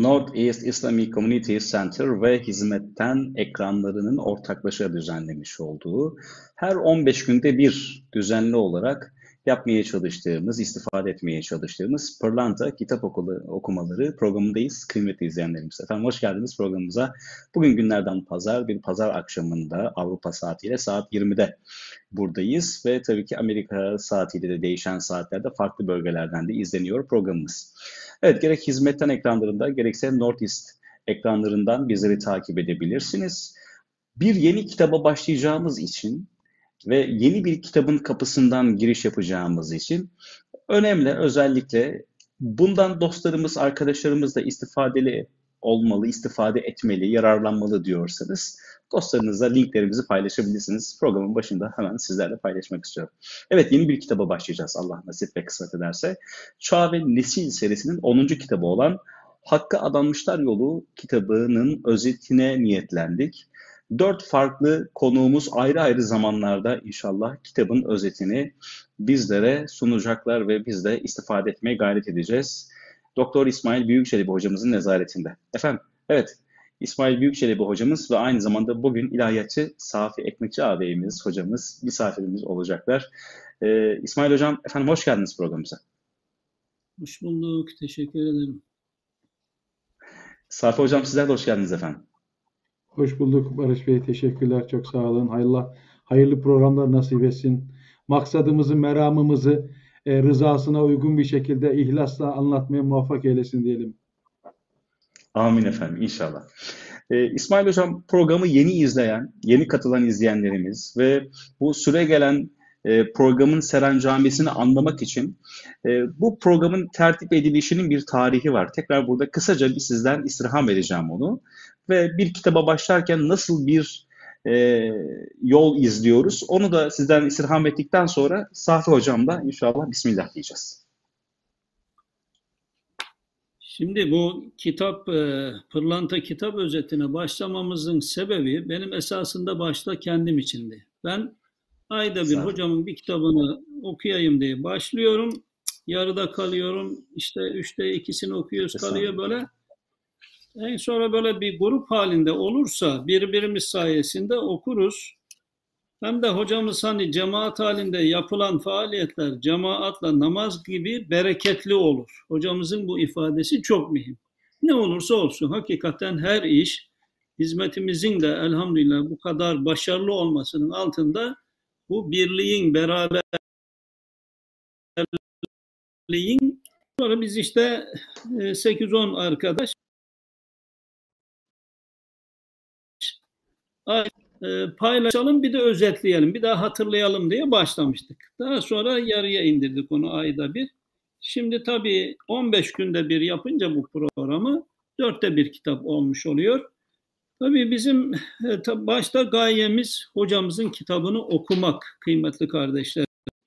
North East Islamic Community Center ve Hizmetten ekranlarının ortaklaşa düzenlemiş olduğu her 15 günde bir düzenli olarak yapmaya çalıştığımız, istifade etmeye çalıştığımız Pırlanta Kitap Okumaları programındayız kıymetli izleyenlerimiz. Efendim hoş geldiniz programımıza. Bugün günlerden pazar, bir pazar akşamında Avrupa saatiyle saat 20'de buradayız ve tabii ki Amerika saatiyle de değişen saatlerde farklı bölgelerden de izleniyor programımız. Evet, gerek hizmetten ekranlarında gerekse Northeast ekranlarından bizleri takip edebilirsiniz. Bir yeni kitaba başlayacağımız için ve yeni bir kitabın kapısından giriş yapacağımız için önemli, özellikle bundan dostlarımız, arkadaşlarımız da istifadeli olmalı, istifade etmeli, yararlanmalı diyorsanız dostlarınızla linklerimizi paylaşabilirsiniz. Programın başında hemen sizlerle paylaşmak istiyorum. Evet, yeni bir kitaba başlayacağız Allah nasip ve kısmet ederse. Çağ ve Nesil serisinin 10. kitabı olan Hakk'a Adanmışlar Yolu kitabının özetine niyetlendik. 4 farklı konuğumuz ayrı ayrı zamanlarda inşallah kitabın özetini bizlere sunacaklar ve biz de istifade etmeye gayret edeceğiz. Doktor İsmail Büyükçelebi hocamızın nezaretinde. Efendim, evet, İsmail Büyükçelebi hocamız ve aynı zamanda bugün ilahiyatçı Safi Ekmekçi ağabeyimiz, hocamız, misafirimiz olacaklar. İsmail hocam, efendim hoş geldiniz programımıza. Hoş bulduk, teşekkür ederim. Safi hocam, sizler de hoş geldiniz efendim. Hoş bulduk Barış Bey, teşekkürler, çok sağ olun. Hayırlı programlar nasip etsin. Maksadımızı, meramımızı rızasına uygun bir şekilde ihlasla anlatmaya muvaffak eylesin diyelim. Amin efendim, inşallah. İsmail hocam, programı yeni izleyen, yeni katılan izleyenlerimiz ve bu süre gelen programın serencamesini anlamak için bu programın tertip edilişinin bir tarihi var. Tekrar burada kısaca bir sizden istirham edeceğim onu. Ve bir kitaba başlarken nasıl bir yol izliyoruz, onu da sizden istirham ettikten sonra Safi hocamla inşallah Bismillah diyeceğiz. Şimdi bu kitap, Pırlanta kitap özetine başlamamızın sebebi benim esasında başta kendim içindi. Ben ayda bir hocamın bir kitabını okuyayım diye başlıyorum. Yarıda kalıyorum. İşte 3'te 2'sini okuyoruz, kalıyor böyle. En sonra böyle bir grup halinde olursa birbirimiz sayesinde okuruz. Hem de hocamız hani cemaat halinde yapılan faaliyetler cemaatla namaz gibi bereketli olur. Hocamızın bu ifadesi çok mühim. Ne olursa olsun hakikaten her iş hizmetimizin de elhamdülillah bu kadar başarılı olmasının altında bu birliğin, beraberliğin, sonra biz işte 8-10 arkadaş paylaşalım, bir de özetleyelim, bir daha hatırlayalım diye başlamıştık. Daha sonra yarıya indirdik onu ayda bir. Şimdi tabii 15 günde bir yapınca bu programı 4'te bir kitap olmuş oluyor. Tabii bizim başta gayemiz hocamızın kitabını okumak kıymetli kardeşlerim.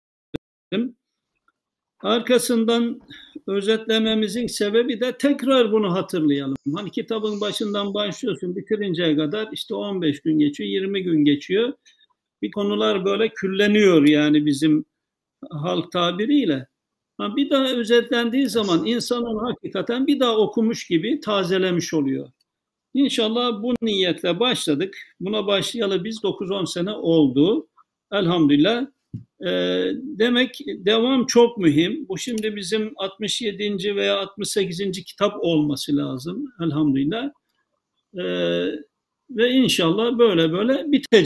Arkasından özetlememizin sebebi de tekrar bunu hatırlayalım. Hani kitabın başından başlıyorsun, bitirinceye kadar işte 15 gün geçiyor, 20 gün geçiyor. Bir konular böyle külleniyor yani bizim halk tabiriyle. Bir daha özetlendiği zaman insanın hakikaten bir daha okumuş gibi tazelemiş oluyor. İnşallah bu niyetle başladık. Buna başlayalı biz 9-10 sene oldu. Elhamdülillah. Demek devam çok mühim. Bu şimdi bizim 67. veya 68. kitap olması lazım elhamdülillah. Ve inşallah böyle böyle bitecek.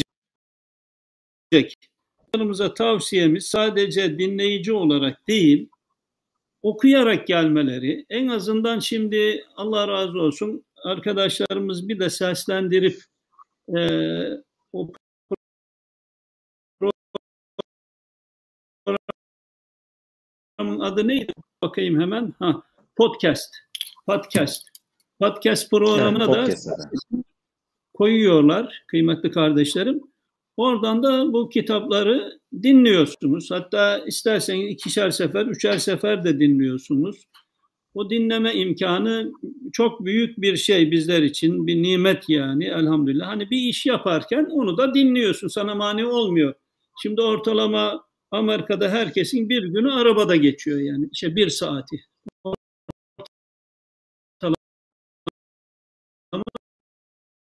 Yanımıza tavsiyemiz sadece dinleyici olarak değil, okuyarak gelmeleri. En azından şimdi Allah razı olsun arkadaşlarımız bir de seslendirip o programın adı neydi? Bakayım hemen. Podcast programına evet, da koyuyorlar kıymetli kardeşlerim. Oradan da bu kitapları dinliyorsunuz. Hatta isterseniz 2'şer sefer, 3'er sefer de dinliyorsunuz. O dinleme imkanı çok büyük bir şey bizler için, bir nimet yani elhamdülillah. Hani bir iş yaparken onu da dinliyorsun, sana mani olmuyor. Şimdi ortalama Amerika'da herkesin bir günü arabada geçiyor yani. İşte 1 saati.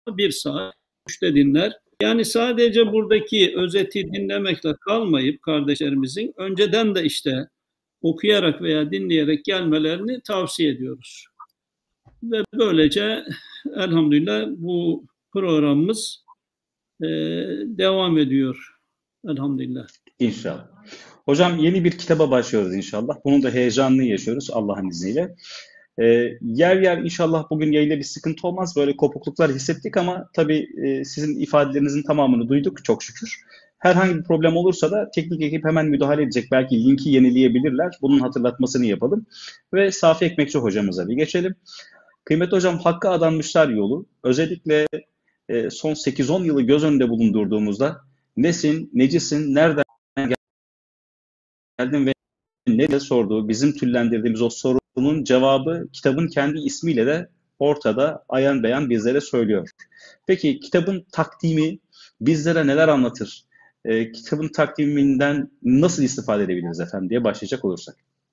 1 saat 3'te dinler. Yani sadece buradaki özeti dinlemekle kalmayıp kardeşlerimizin önceden de işte okuyarak veya dinleyerek gelmelerini tavsiye ediyoruz. Ve böylece elhamdülillah bu programımız devam ediyor. Elhamdülillah. İnşallah. Hocam yeni bir kitaba başlıyoruz inşallah. Bunun da heyecanını yaşıyoruz Allah'ın izniyle. Yer yer inşallah bugün yayında bir sıkıntı olmaz. Böyle kopukluklar hissettik ama tabii sizin ifadelerinizin tamamını duyduk çok şükür. Herhangi bir problem olursa da teknik ekip hemen müdahale edecek. Belki linki yenileyebilirler. Bunun hatırlatmasını yapalım. Ve Safi Ekmekçi hocamıza bir geçelim. Kıymetli hocam, Hakk'a adanmışlar yolu. Özellikle son 8-10 yılı göz önünde bulundurduğumuzda nesin, necisin, nereden geldin ve ne diye sorduğu, bizim türlendirdiğimiz o sorunun cevabı kitabın kendi ismiyle de ortada ayan beyan bizlere söylüyor. Peki kitabın takdimi bizlere neler anlatır? Kitabın takdiminden nasıl istifade edebiliriz efendim diye başlayacak olursak.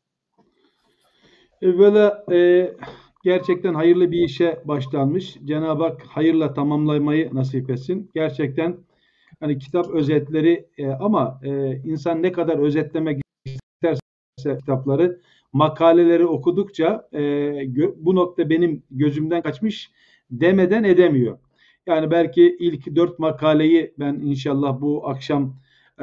Böyle gerçekten hayırlı bir işe başlanmış. Cenab-ı Hak hayırla tamamlamayı nasip etsin. Gerçekten hani kitap özetleri ama insan ne kadar özetlemek isterse kitapları, makaleleri okudukça bu nokta benim gözümden kaçmış demeden edemiyor. Yani belki ilk 4 makaleyi ben inşallah bu akşam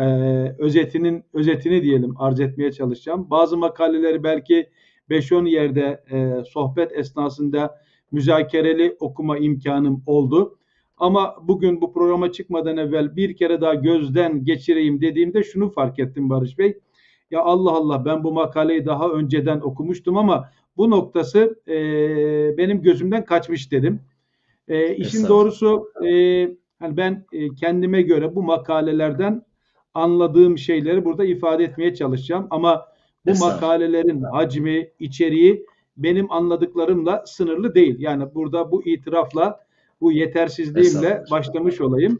özetini diyelim arz etmeye çalışacağım. Bazı makaleleri belki 5-10 yerde sohbet esnasında müzakereli okuma imkanım oldu. Ama bugün bu programa çıkmadan evvel bir kere daha gözden geçireyim dediğimde şunu fark ettim Barış Bey. Ya Allah Allah, ben bu makaleyi daha önceden okumuştum ama bu noktası benim gözümden kaçmış dedim. İşin doğrusu hani ben kendime göre bu makalelerden anladığım şeyleri burada ifade etmeye çalışacağım. Ama bu makalelerin hacmi, içeriği benim anladıklarımla sınırlı değil. Yani burada bu itirafla, bu yetersizliğimle başlamış olayım.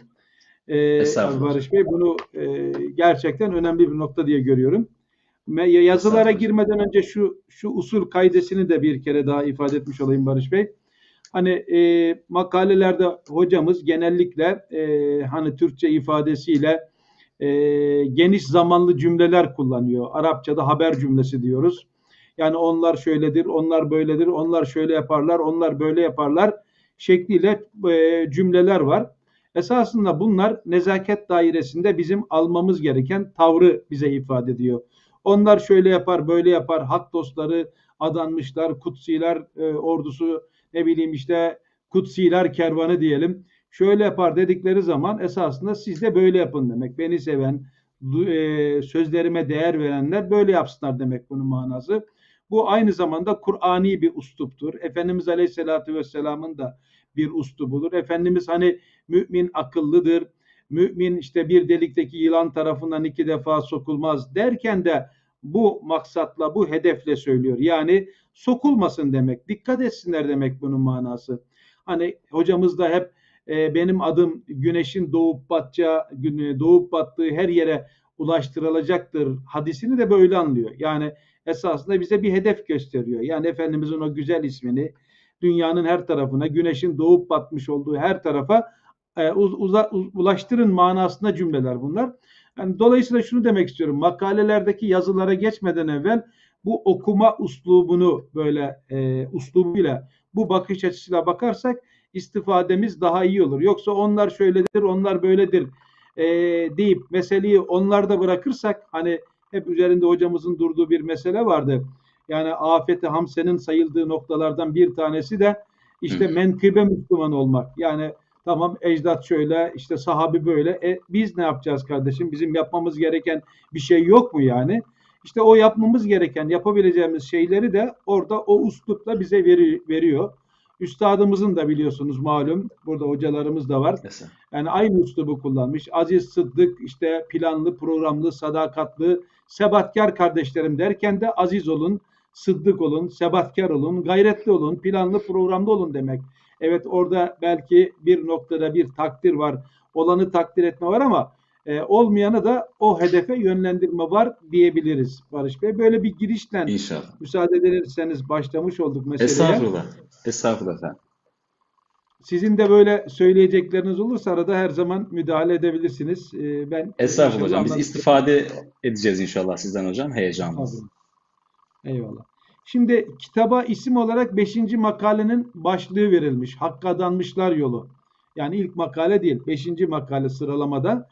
Barış Bey, bunu gerçekten önemli bir nokta diye görüyorum. Yazılara girmeden önce şu usul kaidesini de bir kere daha ifade etmiş olayım Barış Bey. Hani makalelerde hocamız genellikle hani Türkçe ifadesiyle geniş zamanlı cümleler kullanıyor. Arapçada haber cümlesi diyoruz. Yani onlar şöyledir, onlar böyledir, onlar şöyle yaparlar, onlar böyle yaparlar şekliyle cümleler var. Esasında bunlar nezaket dairesinde bizim almamız gereken tavrı bize ifade ediyor. Onlar şöyle yapar, böyle yapar, hak dostları adanmışlar, kutsiler ordusu, ne bileyim işte kutsiler kervanı diyelim. Şöyle yapar dedikleri zaman esasında siz de böyle yapın demek. Beni seven, sözlerime değer verenler böyle yapsınlar demek bunun manası. Bu aynı zamanda Kur'ani bir üsluptur. Efendimiz Aleyhisselatü Vesselam'ın da bir üslubudur. Efendimiz hani mümin akıllıdır. Mümin işte bir delikteki yılan tarafından 2 defa sokulmaz derken de bu maksatla, bu hedefle söylüyor. Yani sokulmasın demek, dikkat etsinler demek bunun manası. Hani hocamız da hep benim adım güneşin doğup battığı her yere ulaştırılacaktır hadisini de böyle anlıyor. Yani esasında bize bir hedef gösteriyor. Yani Efendimizin o güzel ismini dünyanın her tarafına, güneşin doğup batmış olduğu her tarafa ulaştırın manasında cümleler bunlar. Yani dolayısıyla şunu demek istiyorum. Makalelerdeki yazılara geçmeden evvel bu okuma uslubunu böyle uslubuyla, bu bakış açısıyla bakarsak istifademiz daha iyi olur. Yoksa onlar şöyledir, onlar böyledir deyip meseleyi onlarda bırakırsak, hani hep üzerinde hocamızın durduğu bir mesele vardı. Yani afeti hamsenin sayıldığı noktalardan bir tanesi de işte menkıbe Müslüman olmak. Yani tamam, ecdat şöyle, işte sahabi böyle. Biz ne yapacağız kardeşim? Bizim yapmamız gereken bir şey yok mu yani? İşte o yapmamız gereken, yapabileceğimiz şeyleri de orada o üslupla bize veriyor. Üstadımızın da biliyorsunuz malum, burada hocalarımız da var. Yani aynı üslubu kullanmış. Aziz, sıddık, işte planlı, programlı, sadakatli, sebatkar kardeşlerim derken de aziz olun, sıddık olun, sebatkar olun, gayretli olun, planlı, programlı olun demek. Evet, orada belki bir noktada bir takdir var, olanı takdir etme var ama olmayanı da o hedefe yönlendirme var diyebiliriz Barış Bey. Böyle bir girişten İnşallah. müsaade ederseniz başlamış olduk meseleye. Estağfurullah. Estağfurullah efendim. Sizin de böyle söyleyecekleriniz olursa arada her zaman müdahale edebilirsiniz. Ben Estağfurullah inşallah hocam. Biz anlatacağım. istifade edeceğiz inşallah sizden hocam. Heyecanlıyız. Estağfurullah. Eyvallah. Şimdi kitaba isim olarak beşinci makalenin başlığı verilmiş. Hakk'a adanmışlar yolu. Yani ilk makale değil, beşinci makale sıralamada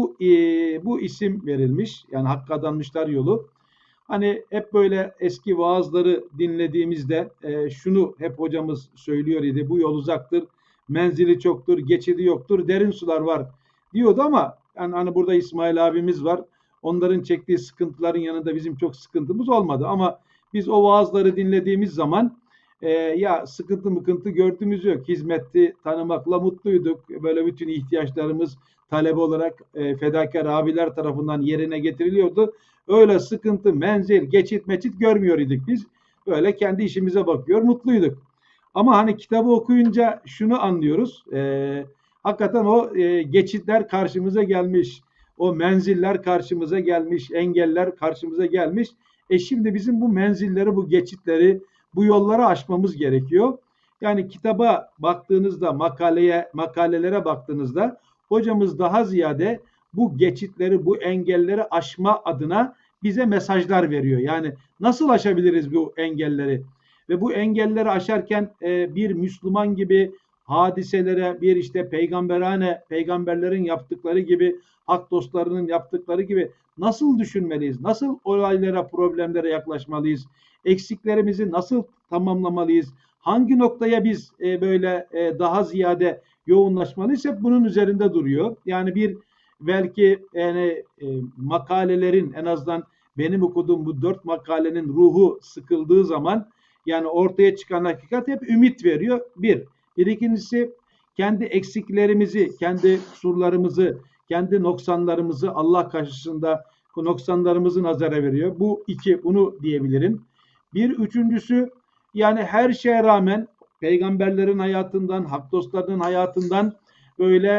bu isim verilmiş. Yani Hakk'a adanmışlar yolu. Hani hep böyle eski vaazları dinlediğimizde şunu hep hocamız söylüyor idi. Bu yol uzaktır, menzili çoktur, geçidi yoktur, derin sular var diyordu ama yani hani burada İsmail abimiz var. Onların çektiği sıkıntıların yanında bizim çok sıkıntımız olmadı ama biz o vaazları dinlediğimiz zaman ya sıkıntı mıkıntı gördüğümüz yok. Hizmeti tanımakla mutluyduk. Böyle bütün ihtiyaçlarımız talebe olarak fedakar abiler tarafından yerine getiriliyordu. Öyle sıkıntı, menzil, geçit meçit görmüyor idik biz. Böyle kendi işimize bakıyor, mutluyduk. Ama hani kitabı okuyunca şunu anlıyoruz. Hakikaten o geçitler karşımıza gelmiş. O menziller karşımıza gelmiş. Engeller karşımıza gelmiş. Şimdi bizim bu menzilleri, bu geçitleri, bu yolları aşmamız gerekiyor. Yani kitaba baktığınızda, makalelere baktığınızda hocamız daha ziyade bu geçitleri, bu engelleri aşma adına bize mesajlar veriyor. Yani nasıl aşabiliriz bu engelleri? Ve bu engelleri aşarken bir Müslüman gibi hadiselere, bir işte peygamberlerin yaptıkları gibi, hak dostlarının yaptıkları gibi nasıl düşünmeliyiz? Nasıl olaylara, problemlere yaklaşmalıyız? Eksiklerimizi nasıl tamamlamalıyız? Hangi noktaya biz böyle daha ziyade yoğunlaşmalıyız? Hep bunun üzerinde duruyor. Yani bir belki yani makalelerin en azından benim okuduğum bu 4 makalenin ruhu sıkıldığı zaman yani ortaya çıkan hakikat hep ümit veriyor. Bir ikincisi kendi eksiklerimizi, kendi kusurlarımızı, kendi noksanlarımızı Allah karşısında bu noksanlarımızı nazara veriyor. Bu iki, bunu diyebilirim. Bir üçüncüsü yani her şeye rağmen peygamberlerin hayatından, hak dostlarının hayatından böyle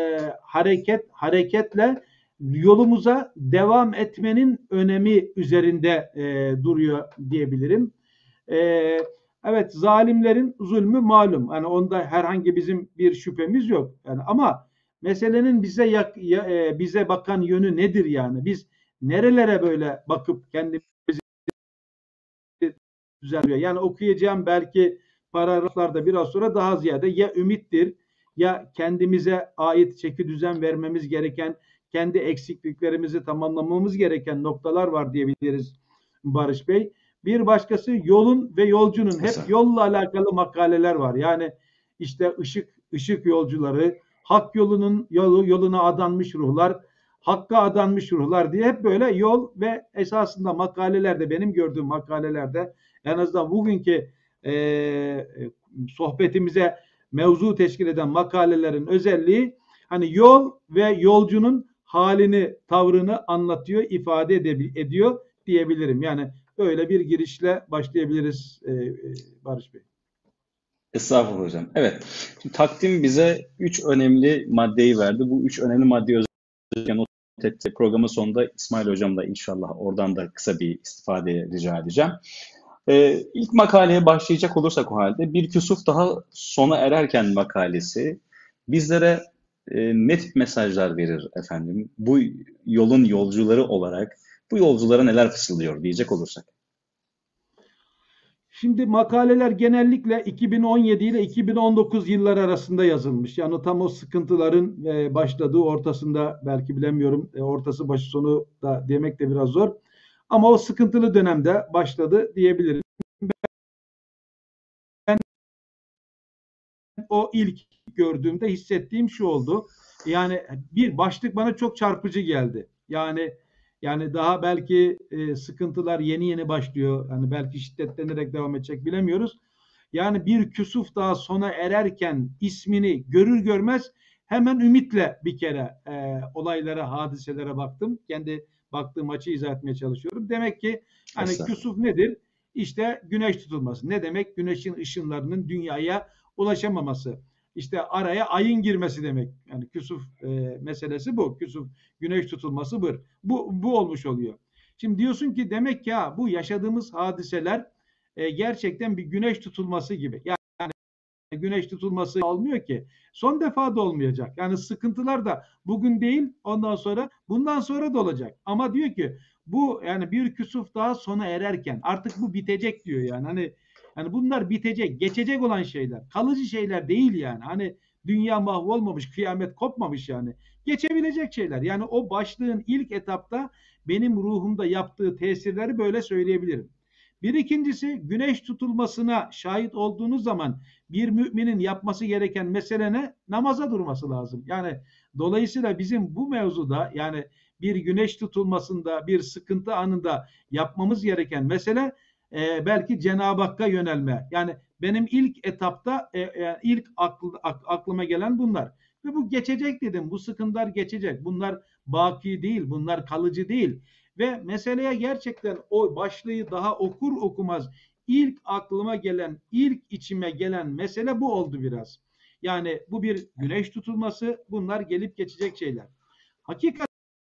hareketle yolumuza devam etmenin önemi üzerinde duruyor diyebilirim. Evet, zalimlerin zulmü malum. Yani onda herhangi bizim bir şüphemiz yok. Yani ama meselenin bize bakan yönü nedir yani? Biz nerelere böyle bakıp kendimizi düzenliyor? Yani okuyacağım belki paragraflarda biraz sonra daha ziyade ya ümittir ya kendimize ait çeki düzen vermemiz gereken, kendi eksikliklerimizi tamamlamamız gereken noktalar var diyebiliriz Barış Bey. Bir başkası yolun ve yolcunun, hep Mesela. yolla alakalı makaleler var. Yani işte ışık yolcuları, hak yoluna adanmış ruhlar, hakka adanmış ruhlar diye hep böyle yol ve esasında makalelerde, benim gördüğüm makalelerde en azından bugünkü sohbetimize mevzu teşkil eden makalelerin özelliği hani yol ve yolcunun halini, tavrını anlatıyor, ifade ediyor diyebilirim. Yani böyle bir girişle başlayabiliriz Barış Bey. Estağfurullah hocam. Evet. Şimdi takdim bize 3 önemli maddeyi verdi. Bu 3 önemli maddeyi özellikle not etti. Programın sonunda İsmail hocam da inşallah oradan da kısa bir istifade rica edeceğim. İlk makaleye başlayacak olursak o halde bir küsuf daha sona ererken makalesi bizlere ne tip mesajlar verir efendim? Bu yolun yolcuları olarak bu yolculara neler fısıldıyor diyecek olursak. Şimdi makaleler genellikle 2017 ile 2019 yılları arasında yazılmış. Yani tam o sıkıntıların başladığı ortasında belki bilemiyorum ortası başı sonu da demek de biraz zor. Ama o sıkıntılı dönemde başladı diyebilirim. Ben o ilk gördüğümde hissettiğim şu oldu. Yani bir başlık bana çok çarpıcı geldi. Yani daha belki sıkıntılar yeni başlıyor. Yani belki şiddetlenerek devam edecek bilemiyoruz. Yani bir küsuf daha sona ererken ismini görür görmez hemen ümitle bir kere olaylara, hadiselere baktım. Kendi baktığım açıyı izah etmeye çalışıyorum. Demek ki hani küsuf nedir? İşte güneş tutulması. Ne demek? Güneşin ışınlarının dünyaya ulaşamaması. İşte araya ayın girmesi demek. Yani küsuf meselesi bu. Küsuf, güneş tutulması bu olmuş oluyor. Şimdi diyorsun ki demek ki bu yaşadığımız hadiseler gerçekten bir güneş tutulması gibi. Yani güneş tutulması olmuyor ki. Son defa da olmayacak. Yani sıkıntılar da bugün değil, ondan sonra, bundan sonra da olacak. Ama diyor ki bu yani bir küsuf daha sona ererken artık bu bitecek diyor yani. Hani bunlar bitecek, geçecek olan şeyler. Kalıcı şeyler değil yani. Hani dünya mahvolmamış, kıyamet kopmamış yani. Geçebilecek şeyler. Yani o başlığın ilk etapta benim ruhumda yaptığı tesirleri böyle söyleyebilirim. Bir ikincisi, güneş tutulmasına şahit olduğunuz zaman bir müminin yapması gereken mesele ne? Namaza durması lazım. Yani dolayısıyla bizim bu mevzuda, yani bir güneş tutulmasında, bir sıkıntı anında yapmamız gereken mesele belki Cenab-ı Hakk'a yönelme. Yani benim ilk etapta ilk aklıma gelen bunlar. Ve bu geçecek dedim. Bu sıkıntılar geçecek. Bunlar baki değil. Bunlar kalıcı değil. Ve meseleye gerçekten o başlığı daha okur okumaz ilk aklıma gelen, ilk içime gelen mesele bu oldu biraz. Yani bu bir güneş tutulması, bunlar gelip geçecek şeyler. Hakikaten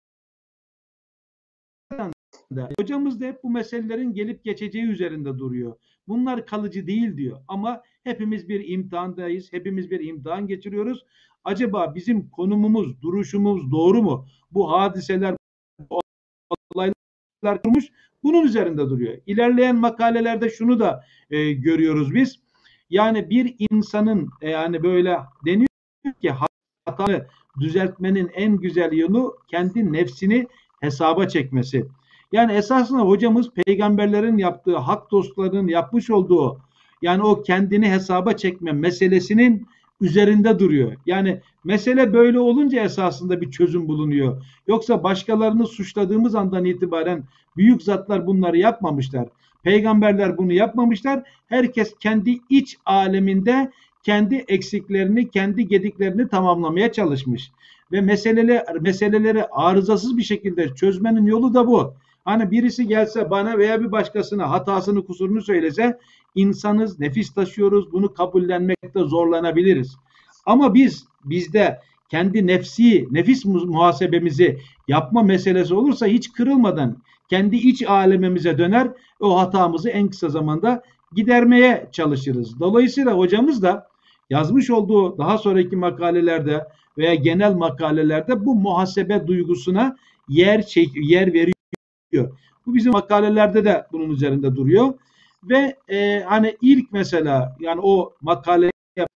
hocamız da hep bu meselelerin gelip geçeceği üzerinde duruyor. Bunlar kalıcı değil diyor. Ama hepimiz bir imtihandayız. Hepimiz bir imtihan geçiriyoruz. Acaba bizim konumumuz, duruşumuz doğru mu? Bu hadiseler, bu olaylar kurmuş. Bunun üzerinde duruyor. İlerleyen makalelerde şunu da görüyoruz biz. Yani bir insanın yani böyle deniyor ki hatanı düzeltmenin en güzel yolu kendi nefsini hesaba çekmesi. Yani esasında hocamız peygamberlerin yaptığı, hak dostlarının yapmış olduğu yani o kendini hesaba çekme meselesinin üzerinde duruyor. Yani mesele böyle olunca esasında bir çözüm bulunuyor. Yoksa başkalarını suçladığımız andan itibaren büyük zatlar bunları yapmamışlar. Peygamberler bunu yapmamışlar. Herkes kendi iç aleminde kendi eksiklerini, kendi gediklerini tamamlamaya çalışmış. Ve meseleleri arızasız bir şekilde çözmenin yolu da bu. Hani birisi gelse bana veya bir başkasına hatasını, kusurunu söylese, insanız, nefis taşıyoruz, bunu kabullenmekte zorlanabiliriz. Ama bizde kendi nefis muhasebemizi yapma meselesi olursa hiç kırılmadan kendi iç alemimize döner, o hatamızı en kısa zamanda gidermeye çalışırız. Dolayısıyla hocamız da yazmış olduğu daha sonraki makalelerde veya genel makalelerde bu muhasebe duygusuna yer veriyor. Bu bizim makalelerde de bunun üzerinde duruyor. Ve hani ilk mesela yani o makaleye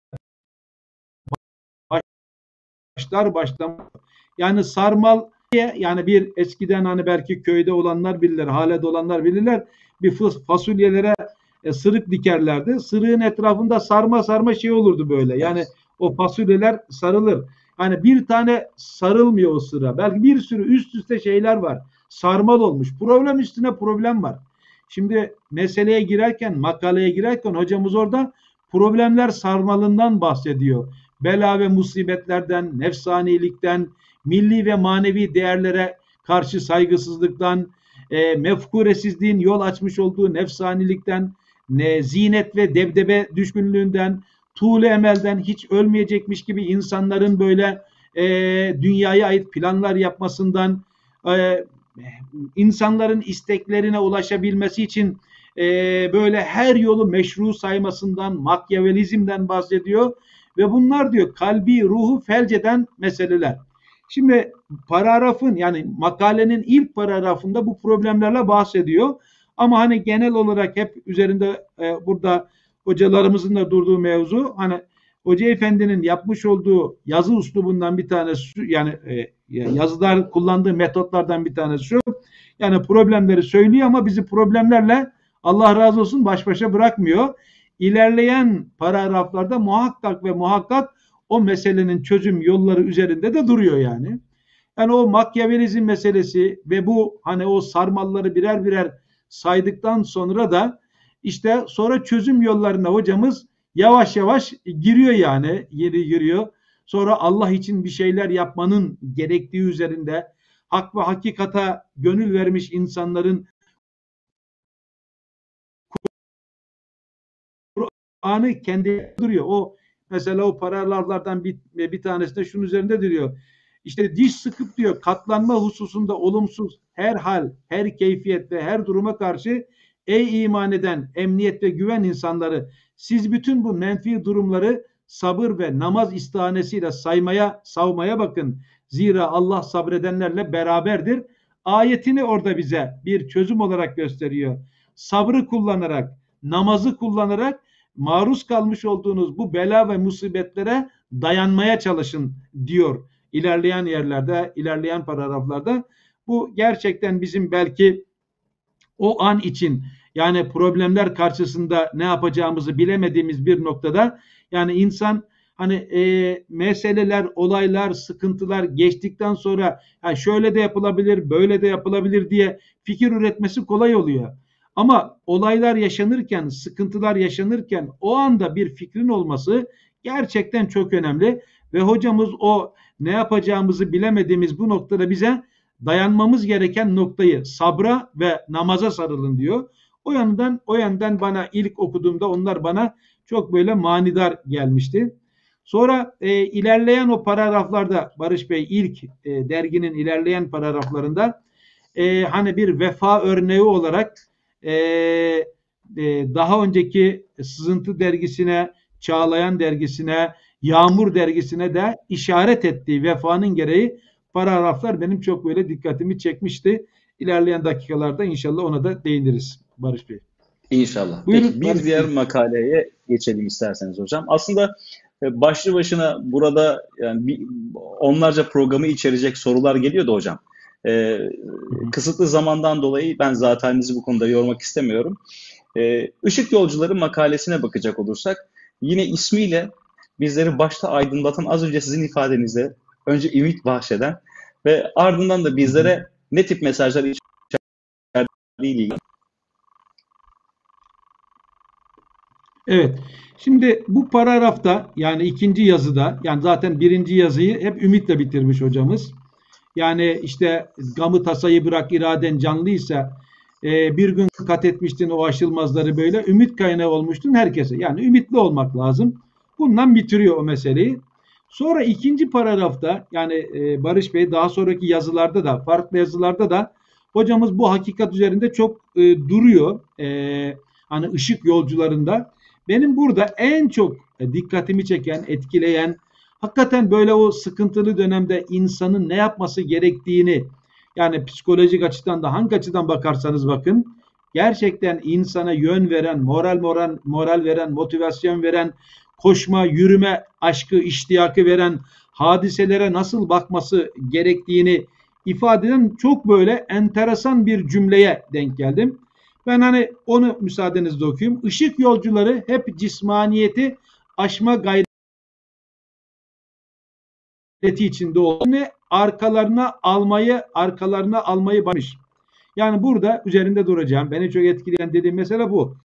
başlamaz. Yani sarmal yani bir eskiden hani belki köyde olanlar bilirler, halede olanlar bilirler. Bir fasulyelere sırık dikerlerdi. Sırığın etrafında sarma şey olurdu böyle. Yani o fasulyeler sarılır. Hani bir tane sarılmıyor o sıra. Belki bir sürü üst üste şeyler var. Sarmal olmuş. Problem üstüne problem var. Şimdi meseleye girerken, makaleye girerken hocamız orada problemler sarmalından bahsediyor. Bela ve musibetlerden, nefsanilikten, milli ve manevi değerlere karşı saygısızlıktan, mefkuresizliğin yol açmış olduğu nefsanilikten, zinet ve debdebe düşkünlüğünden, tuğle emelden, hiç ölmeyecekmiş gibi insanların böyle dünyaya ait planlar yapmasından, insanların isteklerine ulaşabilmesi için böyle her yolu meşru saymasından, makyavelizmden bahsediyor. Ve bunlar diyor kalbi, ruhu felç eden meseleler. Şimdi paragrafın yani makalenin ilk paragrafında bu problemlerle bahsediyor. Ama hani genel olarak hep üzerinde burada hocalarımızın da durduğu mevzu hani Hoca Efendi'nin yapmış olduğu yazı üslubundan bir tanesi yani yazılar kullandığı metotlardan bir tanesi şu. Yani problemleri söylüyor ama bizi problemlerle Allah razı olsun baş başa bırakmıyor. İlerleyen paragraflarda muhakkak o meselenin çözüm yolları üzerinde de duruyor yani. Yani o makyavelizm meselesi ve bu hani o sarmalları birer saydıktan sonra da işte sonra çözüm yollarına hocamız yavaş yavaş giriyor yani giriyor. Sonra Allah için bir şeyler yapmanın gerektiği üzerinde hak ve hakikata gönül vermiş insanların Kur'an'ı kendi duruyor. O mesela o paralardan bir tanesi de şunun üzerinde duruyor. İşte diş sıkıp diyor katlanma hususunda olumsuz her hal, her keyfiyet ve her duruma karşı ey iman eden emniyet ve güven insanları Siz bütün bu menfi durumları sabır ve namaz istihanesiyle savmaya bakın. Zira Allah sabredenlerle beraberdir. Ayetini orada bize bir çözüm olarak gösteriyor. Sabrı kullanarak, namazı kullanarak maruz kalmış olduğunuz bu bela ve musibetlere dayanmaya çalışın diyor ilerleyen yerlerde, ilerleyen paragraflarda. Bu gerçekten bizim belki o an için, yani problemler karşısında ne yapacağımızı bilemediğimiz bir noktada, yani insan hani meseleler, olaylar, sıkıntılar geçtikten sonra yani şöyle de yapılabilir, böyle de yapılabilir diye fikir üretmesi kolay oluyor. Ama olaylar yaşanırken, sıkıntılar yaşanırken o anda bir fikrin olması gerçekten çok önemli ve hocamız o ne yapacağımızı bilemediğimiz bu noktada bize dayanmamız gereken noktayı sabra ve namaza sarılın diyor. O yandan bana ilk okuduğumda onlar bana çok böyle manidar gelmişti. Sonra ilerleyen o paragraflarda Barış Bey ilk derginin ilerleyen paragraflarında hani bir vefa örneği olarak daha önceki Sızıntı dergisine, Çağlayan dergisine, Yağmur dergisine de işaret ettiği vefanın gereği paragraflar benim çok böyle dikkatimi çekmişti. İlerleyen dakikalarda inşallah ona da değiniriz Barış Bey. İnşallah. Buyurun, Peki bir Barış diğer Bey. makaleye geçelim isterseniz hocam. Aslında başlı başına burada yani onlarca programı içerecek sorular geliyordu hocam. Kısıtlı zamandan dolayı ben zaten bu konuda yormak istemiyorum. Işık Yolcuları makalesine bakacak olursak yine ismiyle bizleri başta aydınlatan, az önce sizin ifadenizde önce ümit bahşeden ve ardından da bizlere ne tip mesajlar içerdiğiyle. Evet. Şimdi bu paragrafta, yani ikinci yazıda, yani zaten birinci yazıyı hep ümitle bitirmiş hocamız. Yani işte gamı tasayı bırak, iraden canlıysa bir gün kat etmiştin o aşılmazları, böyle ümit kaynağı olmuştun herkese. Yani ümitli olmak lazım. Bundan bitiriyor o meseleyi. Sonra ikinci paragrafta, yani Barış Bey daha sonraki yazılarda da, farklı yazılarda da hocamız bu hakikat üzerinde çok duruyor. Hani ışık yolcularında. Benim burada en çok dikkatimi çeken, etkileyen, hakikaten böyle o sıkıntılı dönemde insanın ne yapması gerektiğini, yani psikolojik açıdan da hangi açıdan bakarsanız bakın, gerçekten insana yön veren, moral veren, motivasyon veren, koşma, yürüme, aşkı, iştiyakı veren, hadiselere nasıl bakması gerektiğini ifade eden çok böyle enteresan bir cümleye denk geldim. Ben hani onu müsaadenizle okuyayım. Işık yolcuları hep cismaniyeti aşma gayreti içinde olduğunu arkalarına almayı başarmış. Yani burada üzerinde duracağım. Beni çok etkileyen dediğim mesele bu.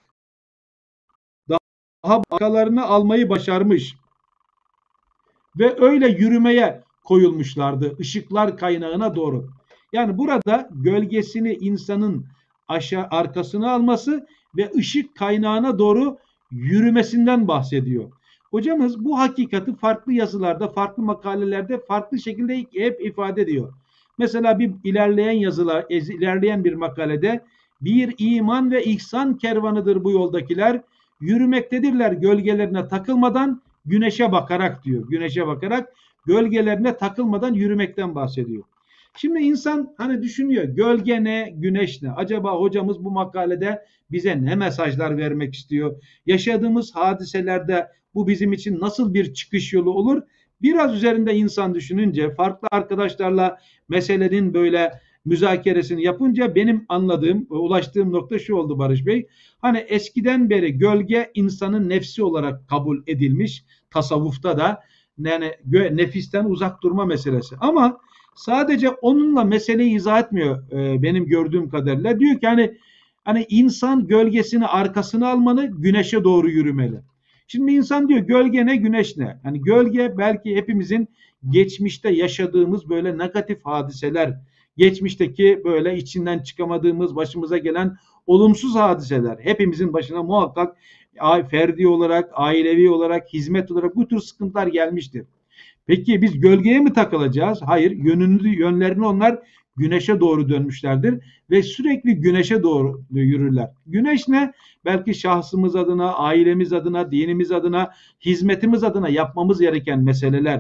Daha arkalarına almayı başarmış. Ve öyle yürümeye koyulmuşlardı ışıklar kaynağına doğru. Yani burada gölgesini insanın arkasına alması ve ışık kaynağına doğru yürümesinden bahsediyor. Hocamız bu hakikati farklı yazılarda, farklı makalelerde farklı şekilde hep ifade ediyor. Mesela bir ilerleyen bir makalede bir iman ve ihsan kervanıdır bu yoldakiler. Yürümektedirler gölgelerine takılmadan, güneşe bakarak diyor. Güneşe bakarak gölgelerine takılmadan yürümekten bahsediyor. Şimdi insan hani düşünüyor, gölge ne, güneş ne? Acaba hocamız bu makalede bize ne mesajlar vermek istiyor? Yaşadığımız hadiselerde bu bizim için nasıl bir çıkış yolu olur? Biraz üzerinde insan düşününce, farklı arkadaşlarla meselenin böyle müzakeresini yapınca benim anladığım, ulaştığım nokta şu oldu Barış Bey. Hani eskiden beri gölge insanın nefsi olarak kabul edilmiş, tasavvufta da yani nefisten uzak durma meselesi. Ama sadece onunla meseleyi izah etmiyor benim gördüğüm kadarıyla. Diyor ki hani insan gölgesini arkasına almalı, güneşe doğru yürümeli. Şimdi insan diyor gölge ne, güneş ne? Yani gölge belki hepimizin geçmişte yaşadığımız böyle negatif hadiseler, geçmişteki böyle içinden çıkamadığımız, başımıza gelen olumsuz hadiseler. Hepimizin başına muhakkak ferdi olarak, ailevi olarak, hizmet olarak bu tür sıkıntılar gelmiştir. Peki biz gölgeye mi takılacağız? Hayır, yönlerini onlar güneşe doğru dönmüşlerdir ve sürekli güneşe doğru yürürler. Güneş ne? Belki şahsımız adına, ailemiz adına, dinimiz adına, hizmetimiz adına yapmamız gereken meseleler.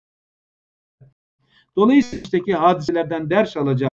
Dolayısıyla hadiselerden ders alacağız.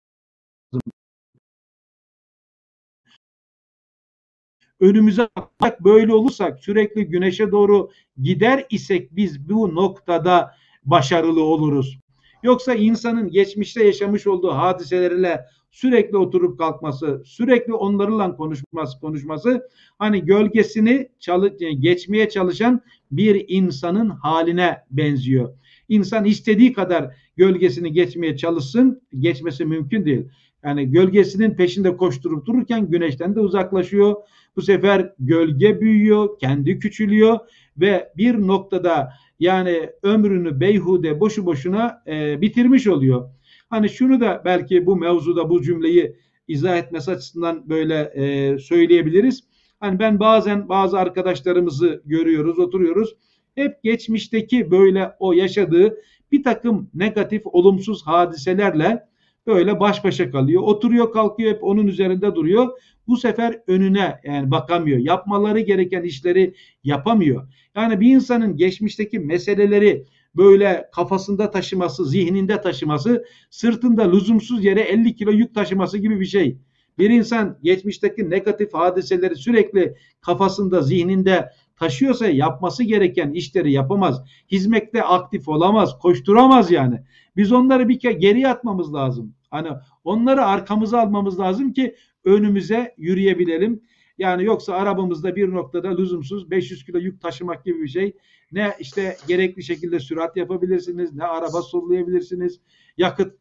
Önümüze bakarak böyle olursak, sürekli güneşe doğru gider isek biz bu noktada başarılı oluruz. Yoksa insanın geçmişte yaşamış olduğu hadiselerle sürekli oturup kalkması, sürekli onlarla konuşması hani gölgesini geçmeye çalışan bir insanın haline benziyor. İnsan istediği kadar gölgesini geçmeye çalışsın, geçmesi mümkün değil. Yani gölgesinin peşinde koşturup dururken güneşten de uzaklaşıyor. Bu sefer gölge büyüyor, kendi küçülüyor ve bir noktada yani ömrünü beyhude boşu boşuna bitirmiş oluyor. Hani şunu da belki bu mevzuda bu cümleyi izah etmesi açısından böyle söyleyebiliriz. Hani ben bazen bazı arkadaşlarımızı görüyoruz, oturuyoruz. Hep geçmişteki böyle o yaşadığı bir takım negatif, olumsuz hadiselerle böyle baş başa kalıyor. Oturuyor, kalkıyor, hep onun üzerinde duruyor. Bu sefer önüne yani bakamıyor. Yapmaları gereken işleri yapamıyor. Yani bir insanın geçmişteki meseleleri böyle kafasında taşıması, zihninde taşıması, sırtında lüzumsuz yere 50 kilo yük taşıması gibi bir şey. Bir insan geçmişteki negatif hadiseleri sürekli kafasında, zihninde taşıyorsa yapması gereken işleri yapamaz. Hizmette aktif olamaz, koşturamaz yani. Biz onları bir kere geriye atmamız lazım. Hani onları arkamıza almamız lazım ki önümüze yürüyebilelim. Yani yoksa arabamızda bir noktada lüzumsuz 500 kilo yük taşımak gibi bir şey. Ne işte gerekli şekilde sürat yapabilirsiniz, ne araba sollayabilirsiniz. Yakıt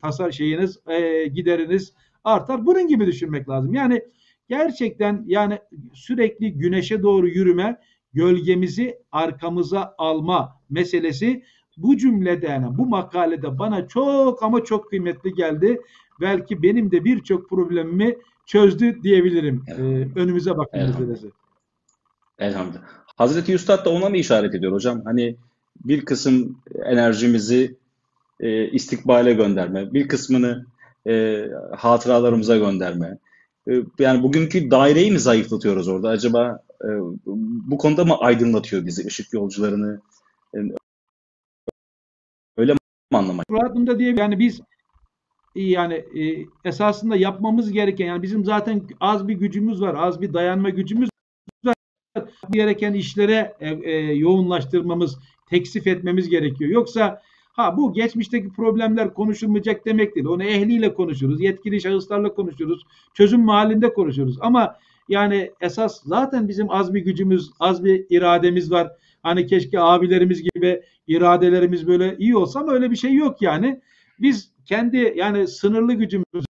gideriniz artar. Bunun gibi düşünmek lazım. Yani gerçekten yani sürekli güneşe doğru yürüme, gölgemizi arkamıza alma meselesi bu cümlede yani bu makalede bana çok ama çok kıymetli geldi. Belki benim de birçok problemimi çözdü diyebilirim. Önümüze bakma meselesi. Elhamdülillah. Hazreti Üstad da ona mı işaret ediyor hocam? Hani bir kısım enerjimizi istikbale gönderme, bir kısmını hatıralarımıza gönderme. Yani bugünkü daireyi mi zayıflatıyoruz orada? Acaba bu konuda mı aydınlatıyor bizi ışık yolcularını? Öyle mi anlamak? Bunda diye yani biz yani esasında yapmamız gereken yani bizim zaten az bir gücümüz var, az bir dayanma gücümüz var. Gereken işlere yoğunlaştırmamız, teksif etmemiz gerekiyor. Yoksa bu geçmişteki problemler konuşulmayacak demek değil. Onu ehliyle konuşuruz, yetkili şahıslarla konuşuruz, çözüm mahallinde konuşuruz. Ama yani esas zaten bizim az bir gücümüz, az bir irademiz var. Hani keşke abilerimiz gibi iradelerimiz böyle iyi olsa ama öyle bir şey yok yani. Biz kendi yani sınırlı gücümüzü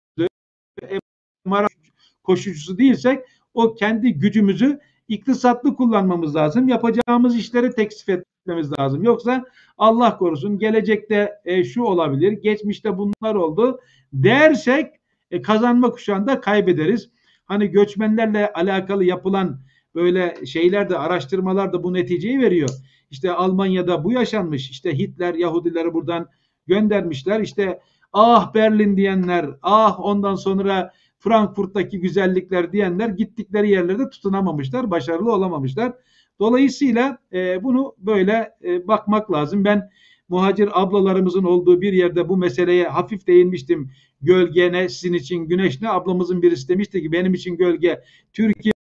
koşucusu değilsek o kendi gücümüzü iktisatlı kullanmamız lazım. Yapacağımız işleri teksif etmemiz lazım. Yoksa Allah korusun gelecekte şu olabilir, geçmişte bunlar oldu dersek kazanma kuşağında kaybederiz. Hani göçmenlerle alakalı yapılan böyle şeyler de araştırmalar da bu neticeyi veriyor. İşte Almanya'da bu yaşanmış. İşte Hitler Yahudileri buradan göndermişler. İşte ah Berlin diyenler, ah ondan sonra Frankfurt'taki güzellikler diyenler gittikleri yerlerde tutunamamışlar, başarılı olamamışlar. Dolayısıyla bunu böyle bakmak lazım. Ben muhacir ablalarımızın olduğu bir yerde bu meseleye hafif değinmiştim. Gölge ne sizin için, güneş ne? Ablamızın birisi demişti ki benim için gölge Türkiye'de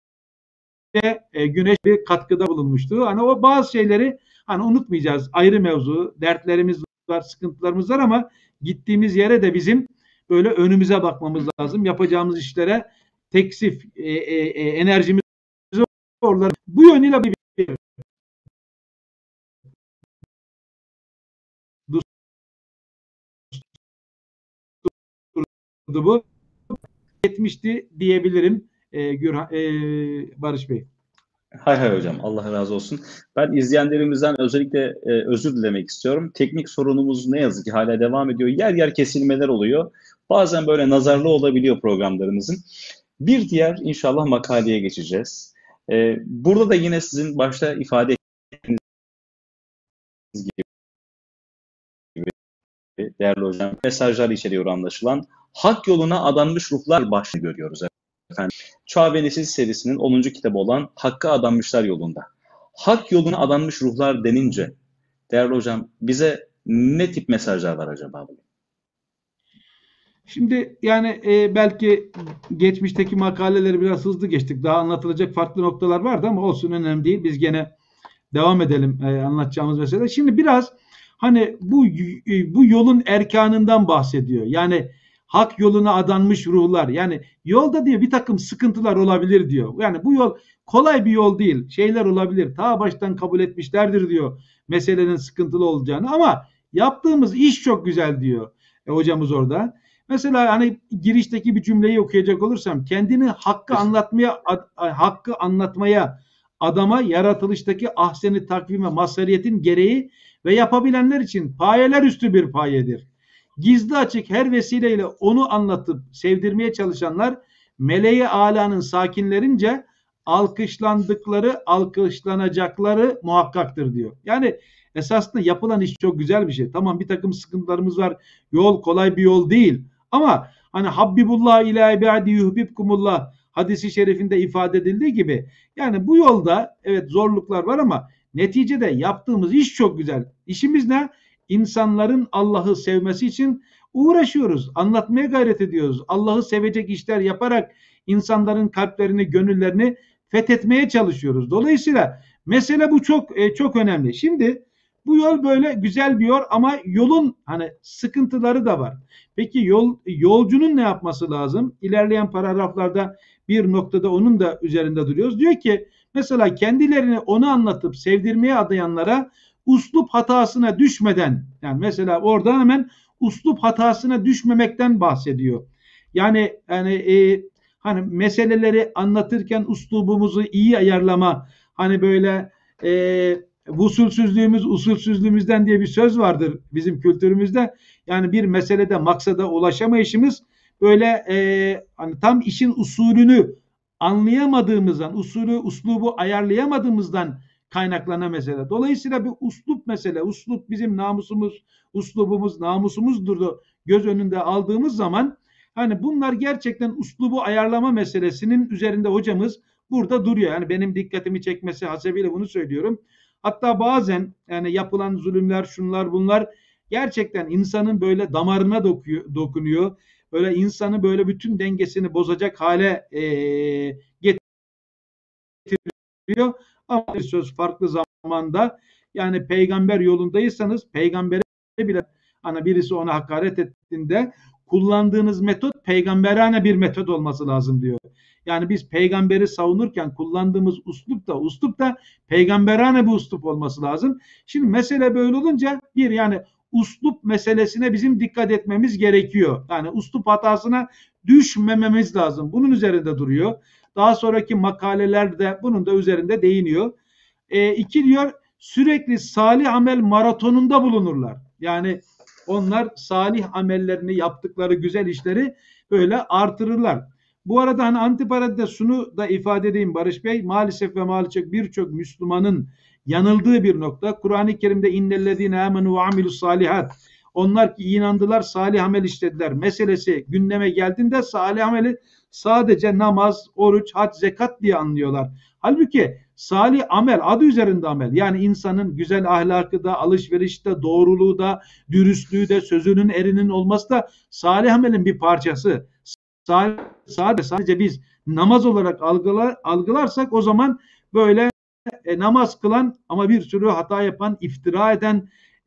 güneş bir katkıda bulunmuştu. Hani o bazı şeyleri hani unutmayacağız. Ayrı mevzu, dertlerimiz var, sıkıntılarımız var ama gittiğimiz yere de bizim böyle önümüze bakmamız lazım. Yapacağımız işlere teksif enerjimizi oralar bu yönüyle bir bu etmişti diyebilirim Barış Bey. Hay hay hocam, Allah razı olsun. Ben izleyenlerimizden özellikle özür dilemek istiyorum. Teknik sorunumuz ne yazık ki hala devam ediyor. Yer yer kesilmeler oluyor. Bazen böyle nazarlı olabiliyor programlarımızın. Bir diğer inşallah makaleye geçeceğiz. Burada da yine sizin başta ifade ettiğiniz gibi değerli hocam mesajlar içeriyor anlaşılan. Hak yoluna adanmış ruhlar başlığı görüyoruz efendim. Çağ ve Nesil serisinin 10. kitabı olan Hakk'a Adanmışlar Yolunda. Hak yoluna adanmış ruhlar denince değerli hocam bize ne tip mesajlar var acaba? Şimdi yani belki geçmişteki makaleleri biraz hızlı geçtik. Daha anlatılacak farklı noktalar vardı ama olsun, önemli değil. Biz gene devam edelim anlatacağımız mesele. Şimdi biraz hani bu yolun erkanından bahsediyor. Yani hak yoluna adanmış ruhlar. Yani yolda diyor bir takım sıkıntılar olabilir diyor. Yani bu yol kolay bir yol değil. Şeyler olabilir. Ta baştan kabul etmişlerdir diyor meselenin sıkıntılı olacağını, ama yaptığımız iş çok güzel diyor hocamız orada. Mesela hani girişteki bir cümleyi okuyacak olursam, kendini hakkı anlatmaya adama yaratılıştaki ahseni takvime mazhariyetin gereği ve yapabilenler için payeler üstü bir payedir. Gizli açık her vesileyle onu anlatıp sevdirmeye çalışanlar meleği alanın sakinlerince alkışlanacakları muhakkaktır diyor. Yani esasında yapılan iş çok güzel bir şey. Tamam, bir takım sıkıntılarımız var. Yol kolay bir yol değil. Ama hani Habbibullah ila ibadi yuhbibkumullah hadisi şerifinde ifade edildiği gibi, yani bu yolda evet zorluklar var ama neticede yaptığımız iş çok güzel. İşimiz ne? İnsanların Allah'ı sevmesi için uğraşıyoruz. Anlatmaya gayret ediyoruz. Allah'ı sevecek işler yaparak insanların kalplerini, gönüllerini fethetmeye çalışıyoruz. Dolayısıyla mesele bu çok önemli. Şimdi bu yol böyle güzel bir yol ama yolun hani sıkıntıları da var. Peki yolcunun ne yapması lazım? İlerleyen paragraflarda bir noktada onun da üzerinde duruyoruz. Diyor ki mesela kendilerini onu anlatıp sevdirmeye adayanlara uslup hatasına düşmeden, yani mesela orada hemen uslup hatasına düşmemekten bahsediyor. Yani hani meseleleri anlatırken uslubumuzu iyi ayarlama, hani böyle usulsüzlüğümüzden diye bir söz vardır bizim kültürümüzde. Yani bir meselede maksada ulaşamayışımız böyle hani tam işin usulünü anlayamadığımızdan, uslubu ayarlayamadığımızdan kaynaklanan mesele. Dolayısıyla bir uslup mesele. Uslup bizim uslubumuz, namusumuzdur göz önünde aldığımız zaman hani bunlar gerçekten uslubu ayarlama meselesinin üzerinde hocamız burada duruyor. Yani benim dikkatimi çekmesi hasebiyle bunu söylüyorum. Hatta bazen yani yapılan zulümler, şunlar bunlar gerçekten insanın böyle damarına dokunuyor. Böyle insanı böyle bütün dengesini bozacak hale getiriyor. Ama bir söz farklı zamanda, yani peygamber yolundaysanız peygambere bile hani birisi ona hakaret ettiğinde kullandığınız metot peygamberane bir metot olması lazım diyor. Yani biz peygamberi savunurken kullandığımız uslup da peygamberane bir uslup olması lazım. Şimdi mesele böyle olunca yani uslup meselesine bizim dikkat etmemiz gerekiyor. Yani uslup hatasına düşmememiz lazım. Bunun üzerinde duruyor. Daha sonraki makalelerde bunun da üzerinde değiniyor. 2 diyor, sürekli salih amel maratonunda bulunurlar. Yani onlar salih amellerini, yaptıkları güzel işleri böyle artırırlar. Bu arada hani antiparadide şunu da ifade edeyim Barış Bey. Maalesef ve maalesef birçok Müslümanın yanıldığı bir nokta. Kur'an-ı Kerim'de innellezine amenu ve amilus salihat. Onlar ki inandılar, salih amel işlediler meselesi gündeme geldiğinde salih ameli sadece namaz, oruç, hac, zekat diye anlıyorlar. Halbuki salih amel adı üzerinde amel. Yani insanın güzel ahlakı da, alışverişte, doğruluğu da, dürüstlüğü de, sözünün erinin olması da salih amelin bir parçası. Sadece biz namaz olarak algılarsak o zaman böyle namaz kılan ama bir sürü hata yapan, iftira eden,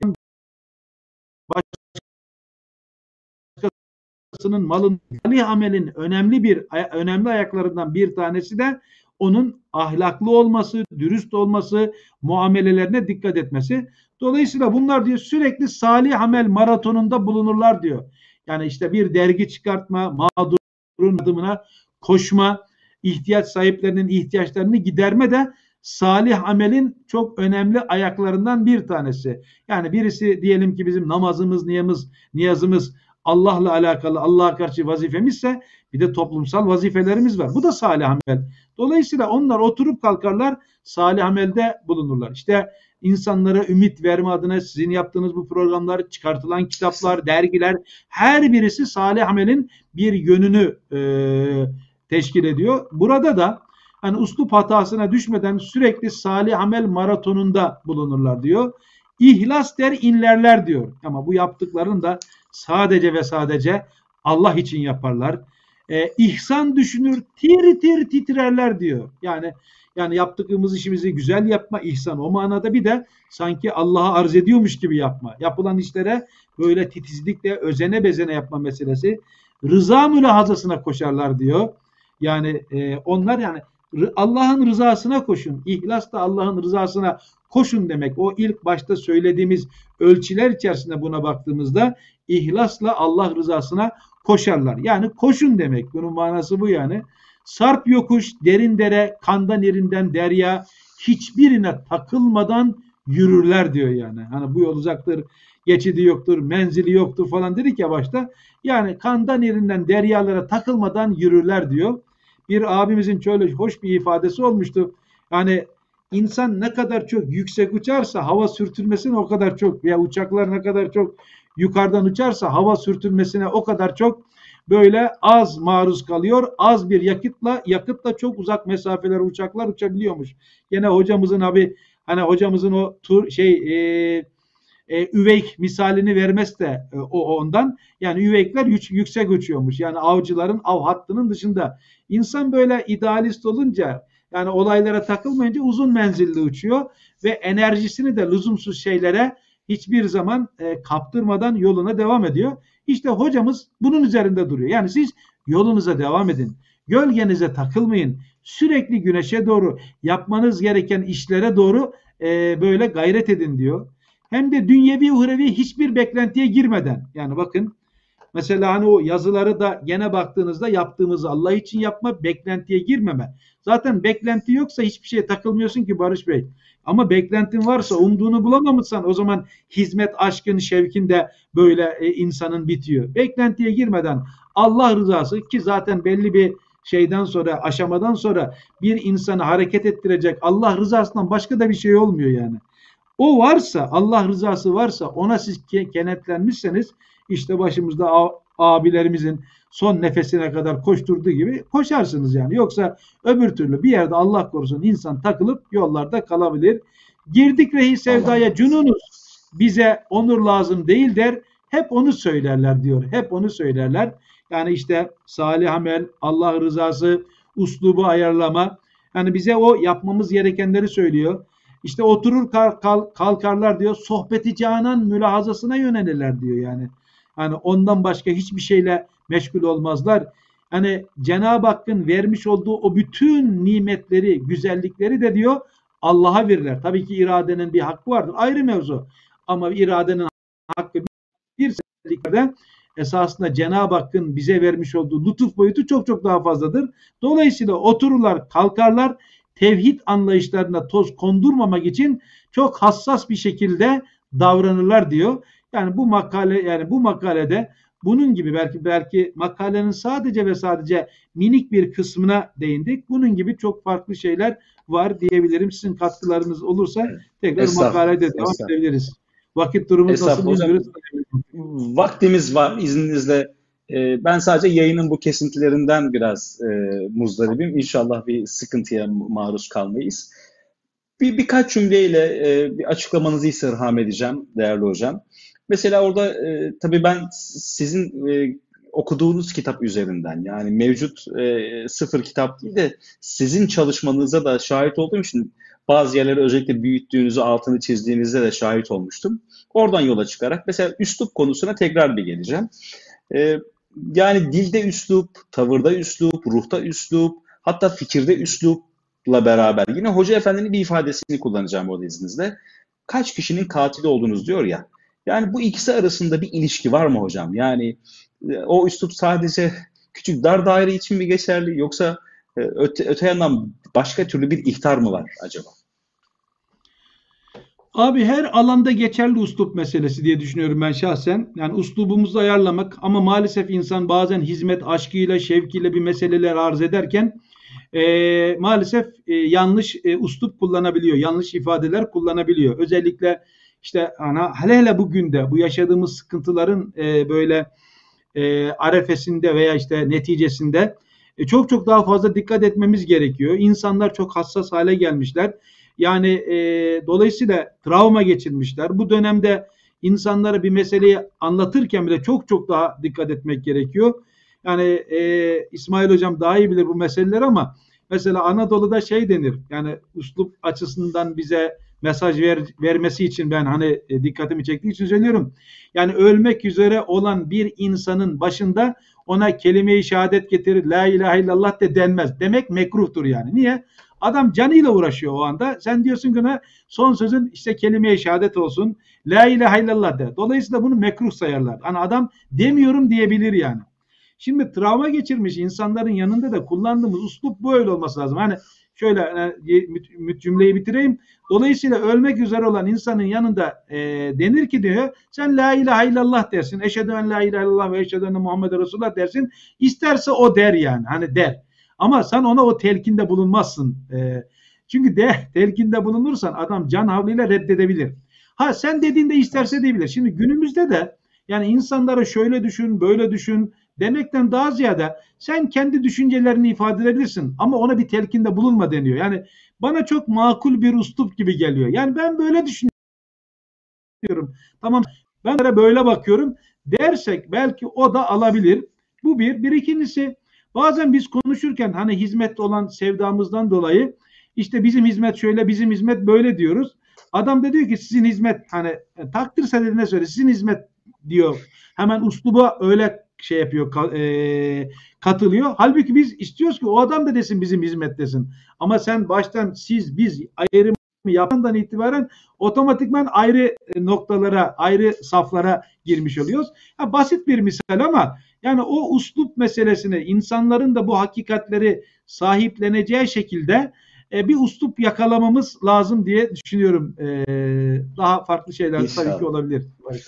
başkasının malın, salih amelin önemli ayaklarından bir tanesi de onun ahlaklı olması, dürüst olması, muamelelerine dikkat etmesi. Dolayısıyla bunlar diyor sürekli salih amel maratonunda bulunurlar diyor. Yani işte bir dergi çıkartma, mağdurun adımına koşma, ihtiyaç sahiplerinin ihtiyaçlarını giderme de salih amelin çok önemli ayaklarından bir tanesi. Yani birisi diyelim ki bizim namazımız, niyazımız Allah'la alakalı, Allah'a karşı vazifemizse bir de toplumsal vazifelerimiz var. Bu da salih amel. Dolayısıyla onlar oturup kalkarlar, salih amelde bulunurlar. İşte insanlara ümit verme adına sizin yaptığınız bu programlar, çıkartılan kitaplar, dergiler, her birisi salih amelin bir yönünü teşkil ediyor. Burada da hani üslup hatasına düşmeden sürekli salih amel maratonunda bulunurlar diyor. İhlas der inlerler diyor. Ama bu yaptıklarını da sadece ve sadece Allah için yaparlar. İhsan düşünür, tir tir titrerler diyor. Yani yaptığımız işimizi güzel yapma, ihsan o manada, bir de sanki Allah'a arz ediyormuş gibi yapma. Yapılan işlere böyle titizlikle, özene bezene yapma meselesi. Rıza mülahazasına koşarlar diyor. Yani onlar yani Allah'ın rızasına koşun. İhlas da Allah'ın rızasına koşun demek. O ilk başta söylediğimiz ölçüler içerisinde buna baktığımızda ihlasla Allah rızasına koşarlar. Yani koşun demek. Bunun manası bu yani. Sarp yokuş, derin dere, kandan yerinden derya, hiçbirine takılmadan yürürler diyor yani. Hani bu yol uzaktır, geçidi yoktur, menzili yoktur falan dedik ya başta. Yani kandan yerinden deryalara takılmadan yürürler diyor. Bir abimizin şöyle hoş bir ifadesi olmuştu. Yani insan ne kadar çok yüksek uçarsa hava sürtünmesine o kadar çok, veya uçaklar ne kadar çok yukarıdan uçarsa hava sürtünmesine o kadar çok böyle az maruz kalıyor. Az bir yakıtla çok uzak mesafeler uçaklar uçabiliyormuş. Yine hocamızın hani hocamızın o üveyk misalini vermez de ondan. Yani üveykler yüksek uçuyormuş. Yani avcıların av hattının dışında. İnsan böyle idealist olunca, yani olaylara takılmayınca uzun menzilli uçuyor ve enerjisini de lüzumsuz şeylere hiçbir zaman kaptırmadan yoluna devam ediyor. İşte hocamız bunun üzerinde duruyor. Yani siz yolunuza devam edin. Gölgenize takılmayın. Sürekli güneşe doğru, yapmanız gereken işlere doğru böyle gayret edin diyor. Hem de dünyevi uhrevi hiçbir beklentiye girmeden. Yani bakın mesela hani o yazıları da gene baktığınızda yaptığımızı Allah için yapma, beklentiye girmeme. Zaten beklenti yoksa hiçbir şeye takılmıyorsun ki Barış Bey. Ama beklentin varsa, umduğunu bulamamışsan, o zaman hizmet, aşkın, şevkin de böyle insanın bitiyor. Beklentiye girmeden Allah rızası, ki zaten belli bir şeyden sonra, aşamadan sonra bir insanı hareket ettirecek Allah rızasından başka da bir şey olmuyor yani. O varsa, Allah rızası varsa, ona siz kenetlenmişseniz, işte başımızda abilerimizin son nefesine kadar koşturduğu gibi koşarsınız yani. Yoksa öbür türlü bir yerde Allah korusun insan takılıp yollarda kalabilir. Girdik rehi sevdaya cünunuz, bize onur lazım değil der. Hep onu söylerler diyor. Hep onu söylerler. Yani işte salih amel, Allah rızası, uslubu ayarlama. Yani bize o yapmamız gerekenleri söylüyor. İşte oturur kalkarlar diyor. Sohbeti canan mülahazasına yönelirler diyor yani. Hani ondan başka hiçbir şeyle meşgul olmazlar. Hani Cenab-ı Hakk'ın vermiş olduğu o bütün nimetleri, güzellikleri de diyor Allah'a verirler. Tabii ki iradenin bir hakkı vardır. Ayrı mevzu. Ama iradenin hakkı bir seferlikte esasında Cenab-ı Hakk'ın bize vermiş olduğu lütuf boyutu çok çok daha fazladır. Dolayısıyla otururlar, kalkarlar, tevhid anlayışlarına toz kondurmamak için çok hassas bir şekilde davranırlar diyor. Yani bu makalede bunun gibi belki makalenin sadece ve sadece minik bir kısmına değindik. Bunun gibi çok farklı şeyler var diyebilirim. Sizin katkılarınız olursa tekrar makalede devam edebiliriz. Vakit durumumuz nasıl bilmiyoruz. Vaktimiz var izninizle. Ben sadece yayının bu kesintilerinden biraz muzdaribim. İnşallah bir sıkıntıya maruz kalmayız. Birkaç cümleyle bir açıklamanızı istirham edeceğim değerli hocam. Mesela orada tabii ben sizin okuduğunuz kitap üzerinden, yani mevcut sıfır kitap değil de sizin çalışmanıza da şahit olduğum için bazı yerleri özellikle büyüttüğünüzü, altını çizdiğinizde de şahit olmuştum. Oradan yola çıkarak mesela üslup konusuna tekrar bir geleceğim. Yani dilde üslup, tavırda üslup, ruhta üslup, hatta fikirde üslupla beraber yine Hoca Efendi'nin bir ifadesini kullanacağım orada izninizle. Kaç kişinin katili oldunuz diyor ya. Yani bu ikisi arasında bir ilişki var mı hocam? Yani o üslup sadece küçük dar daire için mi geçerli, yoksa öte yandan başka türlü bir ihtar mı var acaba? Abi her alanda geçerli üslup meselesi diye düşünüyorum ben şahsen. Yani üslubumuzu ayarlamak, ama maalesef insan bazen hizmet aşkıyla, şevkiyle bir meseleler arz ederken maalesef yanlış üslup kullanabiliyor, yanlış ifadeler kullanabiliyor. Özellikle işte hele bugün de bu yaşadığımız sıkıntıların böyle arefesinde veya işte neticesinde çok çok daha fazla dikkat etmemiz gerekiyor. İnsanlar çok hassas hale gelmişler. Yani dolayısıyla travma geçirmişler. Bu dönemde insanlara bir meseleyi anlatırken bile çok çok daha dikkat etmek gerekiyor. Yani İsmail Hocam daha iyi bilir bu meseleleri ama mesela Anadolu'da şey denir. Yani üslup açısından bize mesaj vermesi için ben hani dikkatimi çektiği için söylüyorum. Yani ölmek üzere olan bir insanın başında ona kelime-i şehadet getirir, la ilahe illallah de denmez. Demek mekruhtur yani. Niye? Adam canıyla uğraşıyor o anda. Sen diyorsun ki ona son sözün işte kelime-i şehadet olsun, la ilahe illallah de. Dolayısıyla bunu mekruh sayarlar. Hani adam demiyorum diyebilir yani. Şimdi travma geçirmiş insanların yanında da kullandığımız üslup böyle olması lazım. Hani şöyle cümleyi bitireyim. Dolayısıyla ölmek üzere olan insanın yanında denir ki diyor, sen la ilahe illallah dersin. Eşhedü en la ilahe illallah ve eşhedü enne Muhammeden Resulullah dersin. İsterse o der yani. Hani der. Ama sen ona o telkinde bulunmazsın. Çünkü telkinde bulunursan adam can havliyle reddedebilir. Ha sen dediğinde isterse diyebilir. Şimdi günümüzde de yani insanlara şöyle düşün, böyle düşün demekten daha ziyade sen kendi düşüncelerini ifade edebilirsin ama ona bir telkinde bulunma deniyor. Yani bana çok makul bir üslup gibi geliyor. Yani ben böyle düşünüyorum. Tamam ben böyle bakıyorum dersek belki o da alabilir. Bu bir. Bir ikincisi bazen biz konuşurken hani hizmet olan sevdamızdan dolayı işte bizim hizmet şöyle, bizim hizmet böyle diyoruz. Adam da diyor ki sizin hizmet hani takdir sadedine söyle sizin hizmet diyor. Hemen üsluba öyle şey yapıyor, katılıyor. Halbuki biz istiyoruz ki o adam da desin bizim hizmet desin. Ama sen baştan siz, biz ayrımı yapandan itibaren otomatikman ayrı noktalara, ayrı saflara girmiş oluyoruz. Ha, basit bir misal ama yani o üslup meselesini insanların da bu hakikatleri sahipleneceği şekilde bir üslup yakalamamız lazım diye düşünüyorum. Daha farklı şeyler tabii ki olabilir.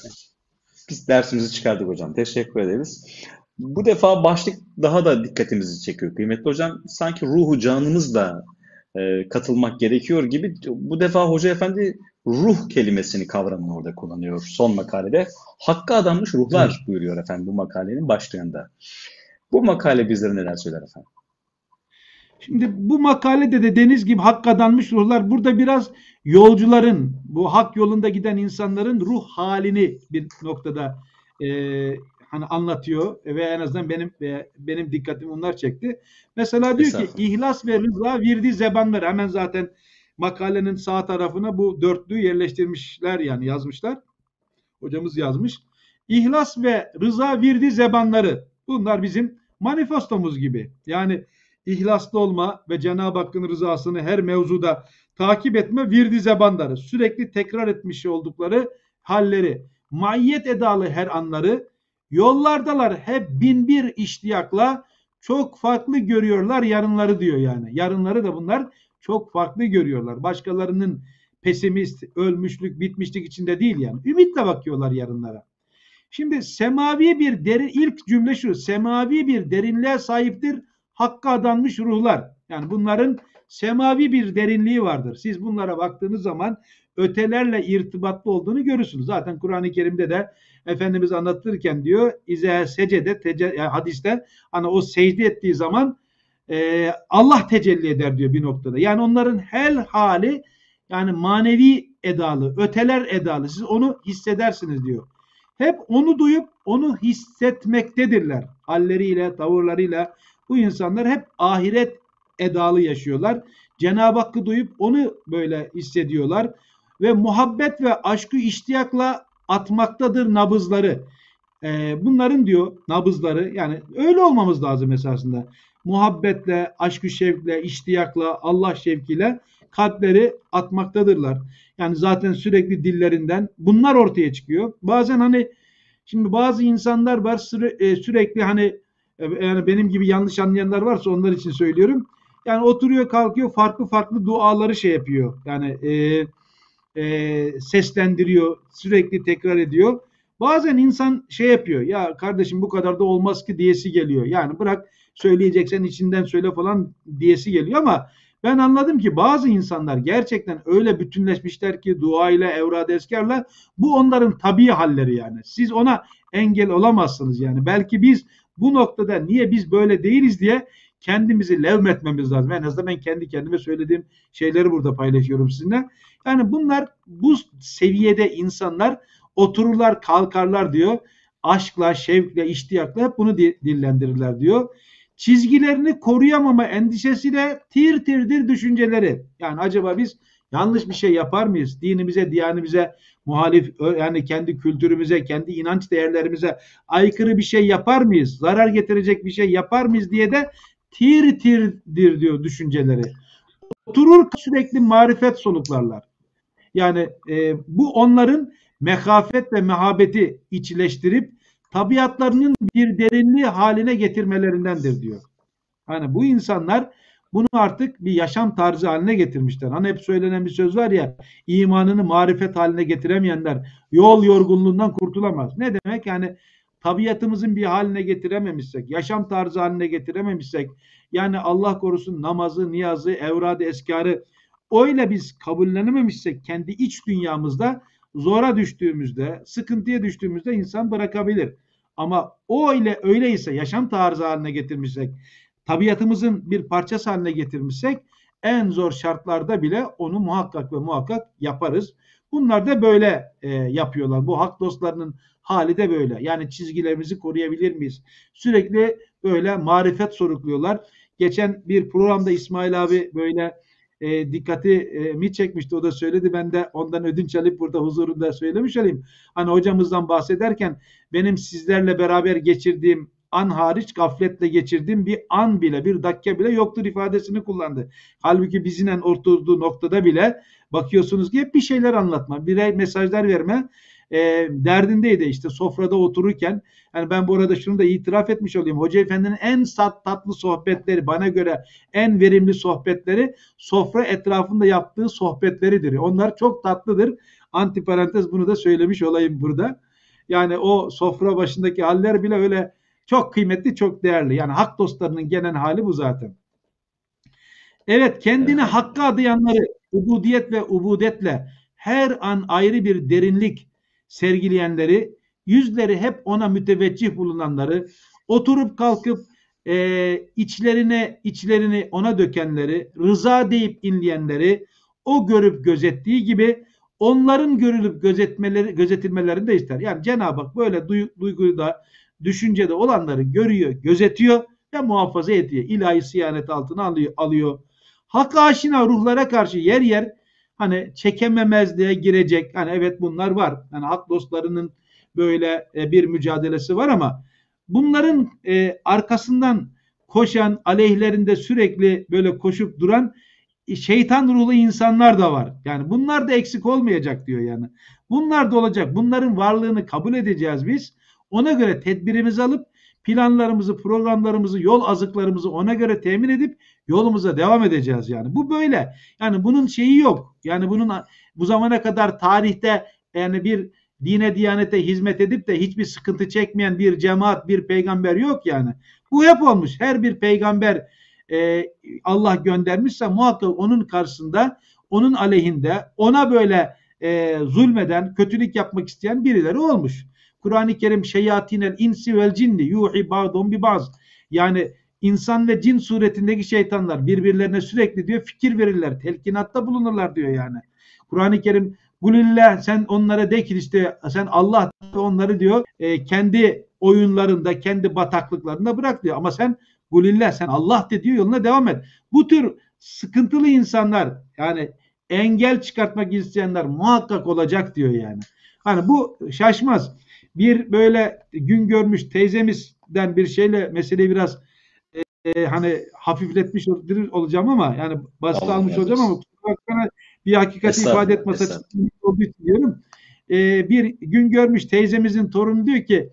Biz dersimizi çıkardık hocam. Teşekkür ederiz. Bu defa başlık daha da dikkatimizi çekiyor kıymetli hocam. Sanki ruhu canımızla katılmak gerekiyor gibi. Bu defa Hoca Efendi ruh kelimesini kavramını orada kullanıyor son makalede. Hakka adanmış ruhlar buyuruyor efendim bu makalenin başlığında. Bu makale bizlere neler söyler efendim? Şimdi bu makalede de deniz gibi hakka adanmış ruhlar burada biraz yolcuların, bu hak yolunda giden insanların ruh halini bir noktada hani anlatıyor ve en azından benim dikkatimi onlar çekti. Mesela diyor ki ihlas ve rıza virdi zebanları hemen zaten makalenin sağ tarafına bu dörtlüğü yerleştirmişler yani yazmışlar. Hocamız yazmış. İhlas ve rıza virdi zebanları bunlar bizim manifestomuz gibi. Yani ihlaslı olma ve Cenab-ı Hakk'ın rızasını her mevzuda takip etme virdi zebanları. Sürekli tekrar etmiş oldukları halleri. Maiyet edalı her anları. Yollardalar hep bin bir iştiyakla çok farklı görüyorlar yarınları diyor yani. Yarınları da bunlar çok farklı görüyorlar. Başkalarının pesimist, ölmüşlük, bitmişlik içinde değil yani. Ümitle bakıyorlar yarınlara. Şimdi semavi bir derin, ilk cümle şu, semavi bir derinliğe sahiptir hakka adanmış ruhlar. Yani bunların semavi bir derinliği vardır. Siz bunlara baktığınız zaman ötelerle irtibatlı olduğunu görürsünüz. Zaten Kur'an-ı Kerim'de de Efendimiz anlatırken diyor İze secede yani hadiste hani o secde ettiği zaman Allah tecelli eder diyor bir noktada. Yani onların her hali yani manevi edalı, öteler edalı. Siz onu hissedersiniz diyor. Hep onu duyup onu hissetmektedirler. Halleriyle, tavırlarıyla bu insanlar hep ahiret edalı yaşıyorlar. Cenab-ı Hakk'ı duyup onu böyle hissediyorlar. Ve muhabbet ve aşkı iştiyakla atmaktadır nabızları. Bunların diyor nabızları yani öyle olmamız lazım esasında. Muhabbetle, aşkı şevkle, iştiyakla, Allah şevkiyle kalpleri atmaktadırlar. Yani zaten sürekli dillerinden bunlar ortaya çıkıyor. Bazen hani şimdi bazı insanlar var sürekli hani yani benim gibi yanlış anlayanlar varsa onlar için söylüyorum. Yani oturuyor kalkıyor farklı farklı duaları şey yapıyor. Yani seslendiriyor sürekli tekrar ediyor. Bazen insan şey yapıyor. Ya kardeşim bu kadar da olmaz ki diyesi geliyor. Yani bırak söyleyeceksen içinden söyle falan diyesi geliyor ama ben anladım ki bazı insanlar gerçekten öyle bütünleşmişler ki dua ile, evrad-ı eskarla bu onların tabii halleri yani. Siz ona engel olamazsınız yani. Belki biz bu noktada niye biz böyle değiliz diye kendimizi levmetmemiz lazım. En azından ben kendi kendime söylediğim şeyleri burada paylaşıyorum sizinle. Yani bunlar bu seviyede insanlar otururlar kalkarlar diyor. Aşkla, şevkle, iştiyakla hep bunu dillendirirler diyor. Çizgilerini koruyamama endişesiyle tir tirdir düşünceleri. Yani acaba biz yanlış bir şey yapar mıyız? Dinimize, diyanimize muhalif, yani kendi kültürümüze, kendi inanç değerlerimize aykırı bir şey yapar mıyız? Zarar getirecek bir şey yapar mıyız diye de tir tirdir diyor düşünceleri. Oturur sürekli marifet soluklarlar. Yani bu onların mehafet ve mehabeti içleştirip tabiatlarının bir derinliği haline getirmelerindendir diyor. Hani bu insanlar bunu artık bir yaşam tarzı haline getirmişler. Hani hep söylenen bir söz var ya, imanını marifet haline getiremeyenler yol yorgunluğundan kurtulamaz. Ne demek? Yani tabiatımızın bir haline getirememişsek, yaşam tarzı haline getirememişsek, yani Allah korusun namazı, niyazı, evrad-ı eskarı öyle biz kabullenememişsek kendi iç dünyamızda zora düştüğümüzde, sıkıntıya düştüğümüzde insan bırakabilir. Ama o ile öyleyse yaşam tarzı haline getirmişsek, tabiatımızın bir parçası haline getirmişsek en zor şartlarda bile onu muhakkak ve muhakkak yaparız. Bunlar da böyle yapıyorlar. Bu hak dostlarının hali de böyle. Yani çizgilerimizi koruyabilir miyiz? Sürekli böyle marifet sorukluyorlar. Geçen bir programda İsmail abi böyle dikkatimi çekmişti. O da söyledi. Ben de ondan ödünç alıp burada huzurunda söylemiş olayım. Hani hocamızdan bahsederken benim sizlerle beraber geçirdiğim an hariç gafletle geçirdiğim bir an bile, bir dakika bile yoktur ifadesini kullandı. Halbuki bizimle oturduğu noktada bile bakıyorsunuz ki hep bir şeyler anlatma, birer mesajlar verme derdindeydi işte sofrada otururken. Yani ben bu arada şunu da itiraf etmiş olayım. Hoca Efendi'nin en tatlı sohbetleri, bana göre en verimli sohbetleri sofra etrafında yaptığı sohbetleridir. Onlar çok tatlıdır. Antiparantez bunu da söylemiş olayım burada. Yani o sofra başındaki haller bile öyle çok kıymetli, çok değerli. Yani hak dostlarının genel hali bu zaten. Evet, kendine hakka adayanları ubudiyet ve ubudetle her an ayrı bir derinlik sergileyenleri, yüzleri hep ona müteveccih bulunanları, oturup kalkıp içlerini ona dökenleri, rıza deyip inleyenleri, o görüp gözettiği gibi onların görülüp gözetilmelerini de ister. Yani Cenab-ı Hak böyle duyguda, düşüncede olanları görüyor, gözetiyor ve muhafaza ediyor. İlahi siyanet altına alıyor. Hak aşina ruhlara karşı yer yer hani çekememezliğe girecek. Hani evet bunlar var. Yani hak dostlarının böyle bir mücadelesi var ama bunların arkasından koşan, aleyhlerinde sürekli böyle koşup duran şeytan ruhlu insanlar da var. Yani bunlar da eksik olmayacak diyor yani. Bunlar da olacak. Bunların varlığını kabul edeceğiz biz. Ona göre tedbirimizi alıp planlarımızı, programlarımızı, yol azıklarımızı ona göre temin edip yolumuza devam edeceğiz yani. Bu böyle. Yani bunun şeyi yok. Yani bunun bu zamana kadar tarihte yani bir dine diyanete hizmet edip de hiçbir sıkıntı çekmeyen bir cemaat, bir peygamber yok yani. Bu hep olmuş. Her bir peygamber Allah göndermişse muhakkak onun karşısında, onun aleyhinde, ona böyle zulmeden, kötülük yapmak isteyen birileri olmuş. Kur'an-ı Kerim şeyatinel insi vel cinni yuhi ba'dhum bi ba'd. Yani insan ve cin suretindeki şeytanlar birbirlerine sürekli diyor fikir verirler, telkinatta bulunurlar diyor yani. Kur'an-ı Kerim Kulillah, sen onlara de ki işte sen Allah onları diyor kendi oyunlarında, kendi bataklıklarında bırak diyor. Ama sen Kulillah, sen Allah de diyor, yoluna devam et. Bu tür sıkıntılı insanlar, yani engel çıkartmak isteyenler muhakkak olacak diyor yani. Hani bu şaşmaz. Bir böyle gün görmüş teyzemizden bir şeyle meseleyi biraz hani hafifletmiş olacağım ama yani basit Allah almış razı olacağım ama olsun. bir hakikati ifade etme açısından olduğu için diyorum. Bir gün görmüş teyzemizin torunu diyor ki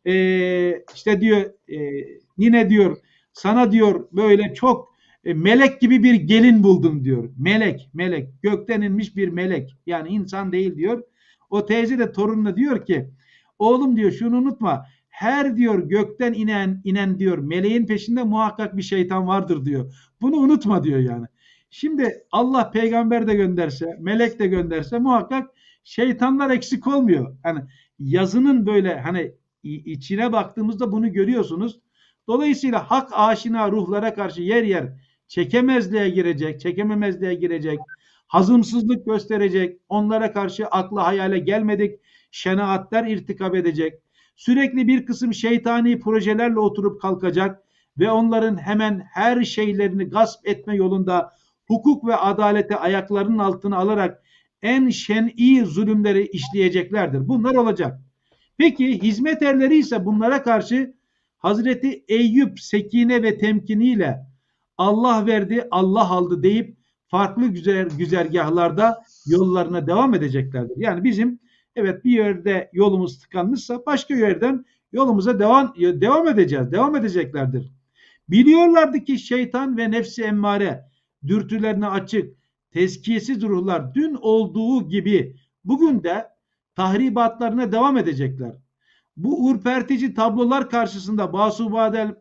işte diyor yine diyor sana diyor böyle çok melek gibi bir gelin buldum diyor. Melek. Gökten inmiş bir melek. Yani insan değil diyor. O teyze de torununa diyor ki Oğlum diyor şunu unutma. Her diyor gökten inen diyor meleğin peşinde muhakkak bir şeytan vardır diyor. Bunu unutma diyor yani. Şimdi Allah peygamber de gönderse, melek de gönderse muhakkak şeytanlar eksik olmuyor. Hani yazının böyle hani içine baktığımızda bunu görüyorsunuz. Dolayısıyla hak aşina ruhlara karşı yer yer çekememezliğe girecek, hazımsızlık gösterecek, onlara karşı akla hayale gelmedik şenaatler irtikap edecek. Sürekli bir kısım şeytani projelerle oturup kalkacak ve onların hemen her şeylerini gasp etme yolunda hukuk ve adalete ayaklarının altına alarak en şen'i zulümleri işleyeceklerdir. Bunlar olacak. Peki hizmet erleri ise bunlara karşı Hazreti Eyüp sekine ve temkiniyle Allah verdi, Allah aldı deyip farklı güzergahlarda yollarına devam edeceklerdir. Yani bizim evet bir yerde yolumuz tıkanmışsa başka yerden yolumuza devam edeceğiz, devam edeceklerdir. Biliyorlardı ki şeytan ve nefsi emmare dürtülerine açık, tezkiyesiz ruhlar dün olduğu gibi bugün de tahribatlarına devam edecekler. Bu ürpertici tablolar karşısında basubadel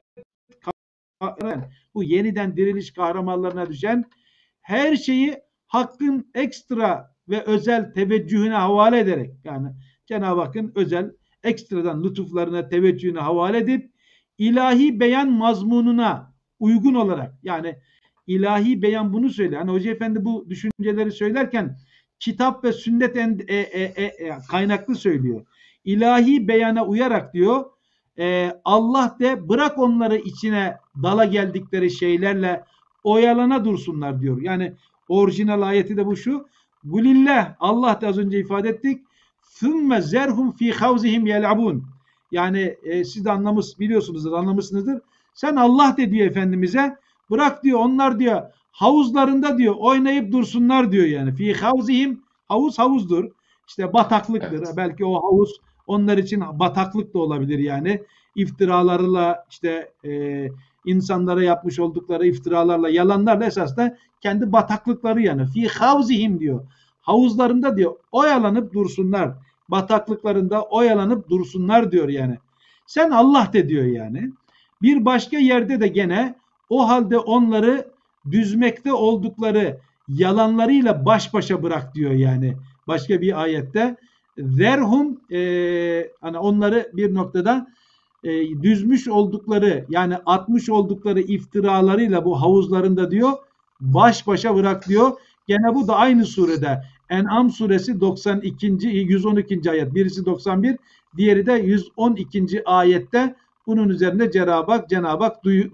bu yeniden diriliş kahramanlarına düşen her şeyi hakkın ekstra ve özel teveccühüne havale ederek yani Cenab-ı Hakk'ın özel ekstradan lütuflarına teveccühüne havale edip ilahi beyan mazmununa uygun olarak yani ilahi beyan bunu söylüyor. Hani Hoca Efendi bu düşünceleri söylerken kitap ve sünnet kaynaklı söylüyor. İlahi beyana uyarak diyor Allah de bırak onları içine dala geldikleri şeylerle oyalana dursunlar diyor. Yani orijinal ayeti de bu şu. Gulillah Allah da az önce ifade ettik. Thumma zerhum fi havzihim yel'abun. Yani siz de anlamışsınızdır. Sen Allah de diyor Efendimiz'e bırak diyor onlar diyor havuzlarında diyor oynayıp dursunlar diyor yani. Fi havzihim havuzdur. İşte bataklıktır. Evet. Belki o havuz onlar için bataklık da olabilir yani. İftiralarıyla işte insanlara yapmış oldukları iftiralarla, yalanlarla esasında kendi bataklıkları yani. Fi havzihim diyor. Havuzlarında diyor oyalanıp dursunlar. Bataklıklarında oyalanıp dursunlar diyor yani. Sen Allah de diyor yani. Bir başka yerde de gene o halde onları düzmekte oldukları yalanlarıyla baş başa bırak diyor yani. Başka bir ayette zerhum hani onları bir noktada düzmüş oldukları yani atmış oldukları iftiralarıyla bu havuzlarında diyor baş başa bırak diyor. Gene bu da aynı surede En'am suresi 92. 112. ayet. Birisi 91, diğeri de 112. ayette bunun üzerinde Cenab-ı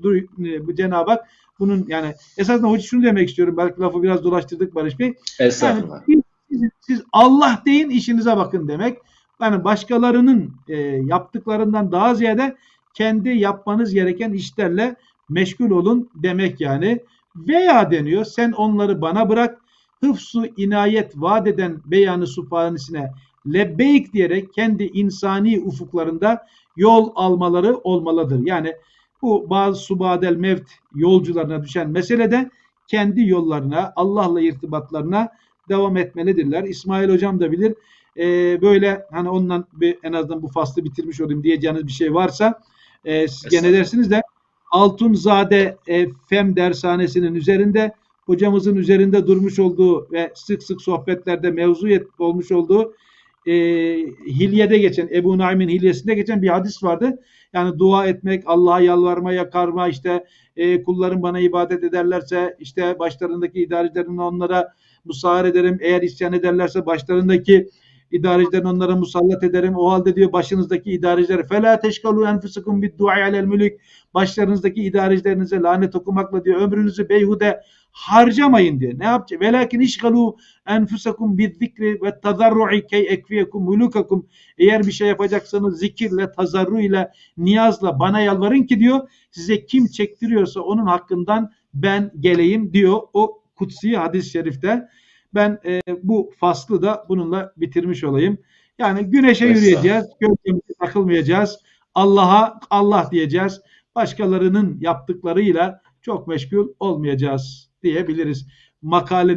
Hak bunun yani esasında hoca şunu demek istiyorum. Belki lafı biraz dolaştırdık Barış Bey. Estağfurullah. Yani siz Allah deyin işinize bakın demek. Yani başkalarının yaptıklarından daha ziyade kendi yapmanız gereken işlerle meşgul olun demek yani. Veya deniyor sen onları bana bırak hıfzu inayet vaat eden beyanı subhanesine lebbeyk diyerek kendi insani ufuklarında yol almaları olmalıdır. Yani bu bazı subadel mevt yolcularına düşen meselede kendi yollarına Allah'la irtibatlarına devam etmelidirler. İsmail hocam da bilir. Böyle hani ondan en azından bu faslı bitirmiş olayım diyeceğiniz bir şey varsa siz gene dersiniz de Altunzade Fem dershanesinin üzerinde hocamızın üzerinde durmuş olduğu ve sık sık sohbetlerde mevzu olmuş olduğu Hilye'de geçen Ebu Naim'in Hilyesinde geçen bir hadis vardı. Yani dua etmek, Allah'a yalvarma, yakarma, işte kullarım bana ibadet ederlerse işte başlarındaki idarecilerin onlara musahhar ederim. Eğer isyan ederlerse başlarındaki idarecilerin onlara musallat ederim. O halde diyor başınızdaki idareciler فَلَا تَشْكَلُوا اَنْفُسَكُمْ بِالدُّعَيَ عَلَى الْمُلُكِ başlarınızdaki idarecilerinize lanet okumakla diyor ömrünüzü beyhude harcamayın diyor. Ne yapacak? Velakin işgalu enfusakum bizzikri ve tazarru'i key ekfiyekum mulukakum. Eğer bir şey yapacaksanız zikirle, tazarru ile, niyazla bana yalvarın ki diyor size kim çektiriyorsa onun hakkından ben geleyim diyor o kutsi hadis-i şerifte. Ben bu faslı da bununla bitirmiş olayım. Yani güneşe yürüyeceğiz, gölgemize takılmayacağız. Allah'a Allah diyeceğiz. Başkalarının yaptıklarıyla çok meşgul olmayacağız diyebiliriz. Makalenin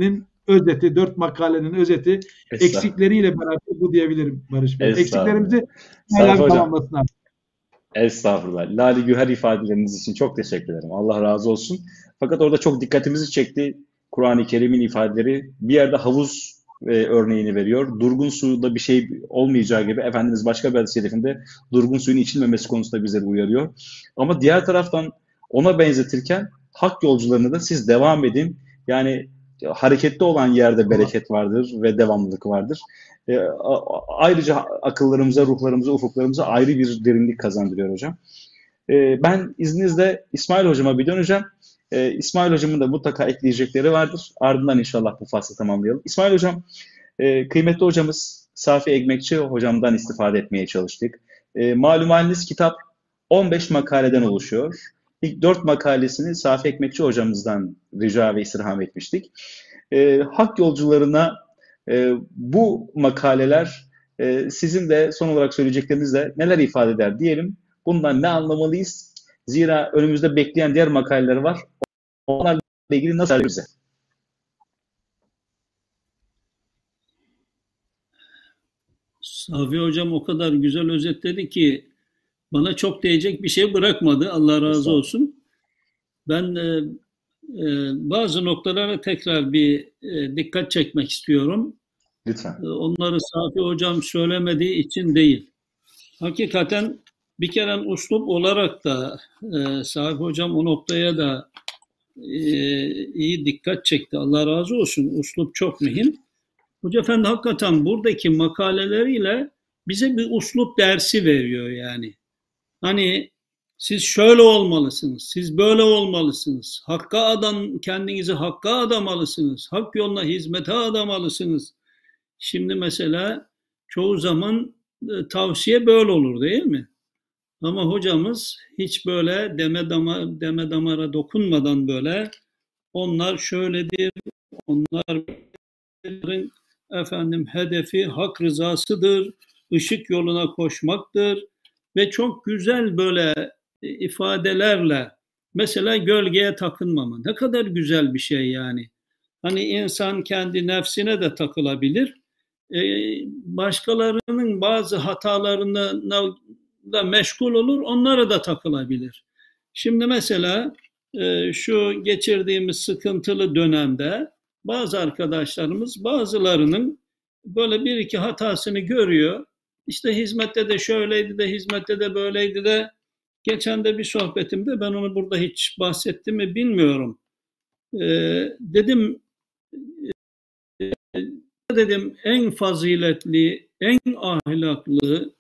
özeti, 4 makalenin özeti, Estağfurullah. eksikleriyle beraber bu diyebilirim Barış Bey. Estağfurullah. Eksiklerimizi Safi hala hocam. tamamlasın abi. Estağfurullah. Lale Güher ifadeleriniz için çok teşekkür ederim. Allah razı olsun. Fakat orada çok dikkatimizi çekti. Kur'an-ı Kerim'in ifadeleri. Bir yerde havuz örneğini veriyor. Durgun suda bir şey olmayacağı gibi Efendimiz başka bir hadis-i şerifinde durgun suyun içilmemesi konusunda bizleri uyarıyor. Ama diğer taraftan ona benzetirken hak yolcularını da siz devam edin. Yani hareketli olan yerde bereket vardır ve devamlılık vardır. Ayrıca akıllarımıza, ruhlarımıza, ufuklarımıza ayrı bir derinlik kazandırıyor hocam. Ben izninizle İsmail hocama bir döneceğim. İsmail hocamın da mutlaka ekleyecekleri vardır. Ardından inşallah bu faslı tamamlayalım. İsmail hocam, kıymetli hocamız Safi Ekmekçi hocamdan istifade etmeye çalıştık. Malum haliniz kitap 15 makaleden oluşuyor. İlk 4 makalesini Safi Ekmekçi hocamızdan rica ve istirham etmiştik. Hak yolcularına bu makaleler sizin de son olarak söyleyeceklerinizle neler ifade eder diyelim. Bundan ne anlamalıyız? Zira önümüzde bekleyen diğer makaleler var. Onlarla ilgili nasıl bize? Safi hocam o kadar güzel özetledi ki bana çok diyecek bir şey bırakmadı. Allah razı olsun. Ben bazı noktalara tekrar bir dikkat çekmek istiyorum. Lütfen. Onları Safi hocam söylemediği için değil. Hakikaten bir kere uslup olarak da Safi hocam o noktaya da iyi dikkat çekti. Allah razı olsun. Uslup çok mühim. Hoca Efendi hakikaten buradaki makaleleriyle bize bir uslup dersi veriyor yani. Hani siz şöyle olmalısınız, siz böyle olmalısınız. Kendinizi hakka adamalısınız. Hak yoluna hizmete adamalısınız. Şimdi mesela çoğu zaman tavsiye böyle olur değil mi? Ama hocamız hiç böyle deme damara dokunmadan böyle onlar şöyledir, onların hedefi hak rızasıdır, ışık yoluna koşmaktır ve çok güzel böyle ifadelerle mesela gölgeye takılmama. Ne kadar güzel bir şey yani. Hani insan kendi nefsine de takılabilir. Başkalarının bazı hatalarına da meşgul olur, onlara da takılabilir. Şimdi mesela şu geçirdiğimiz sıkıntılı dönemde bazı arkadaşlarımız bazılarının böyle bir iki hatasını görüyor. İşte hizmette de şöyleydi de hizmette de böyleydi de geçen de bir sohbetimde ben onu burada hiç bahsettim mi bilmiyorum. Dedim en faziletli, en ahlaklı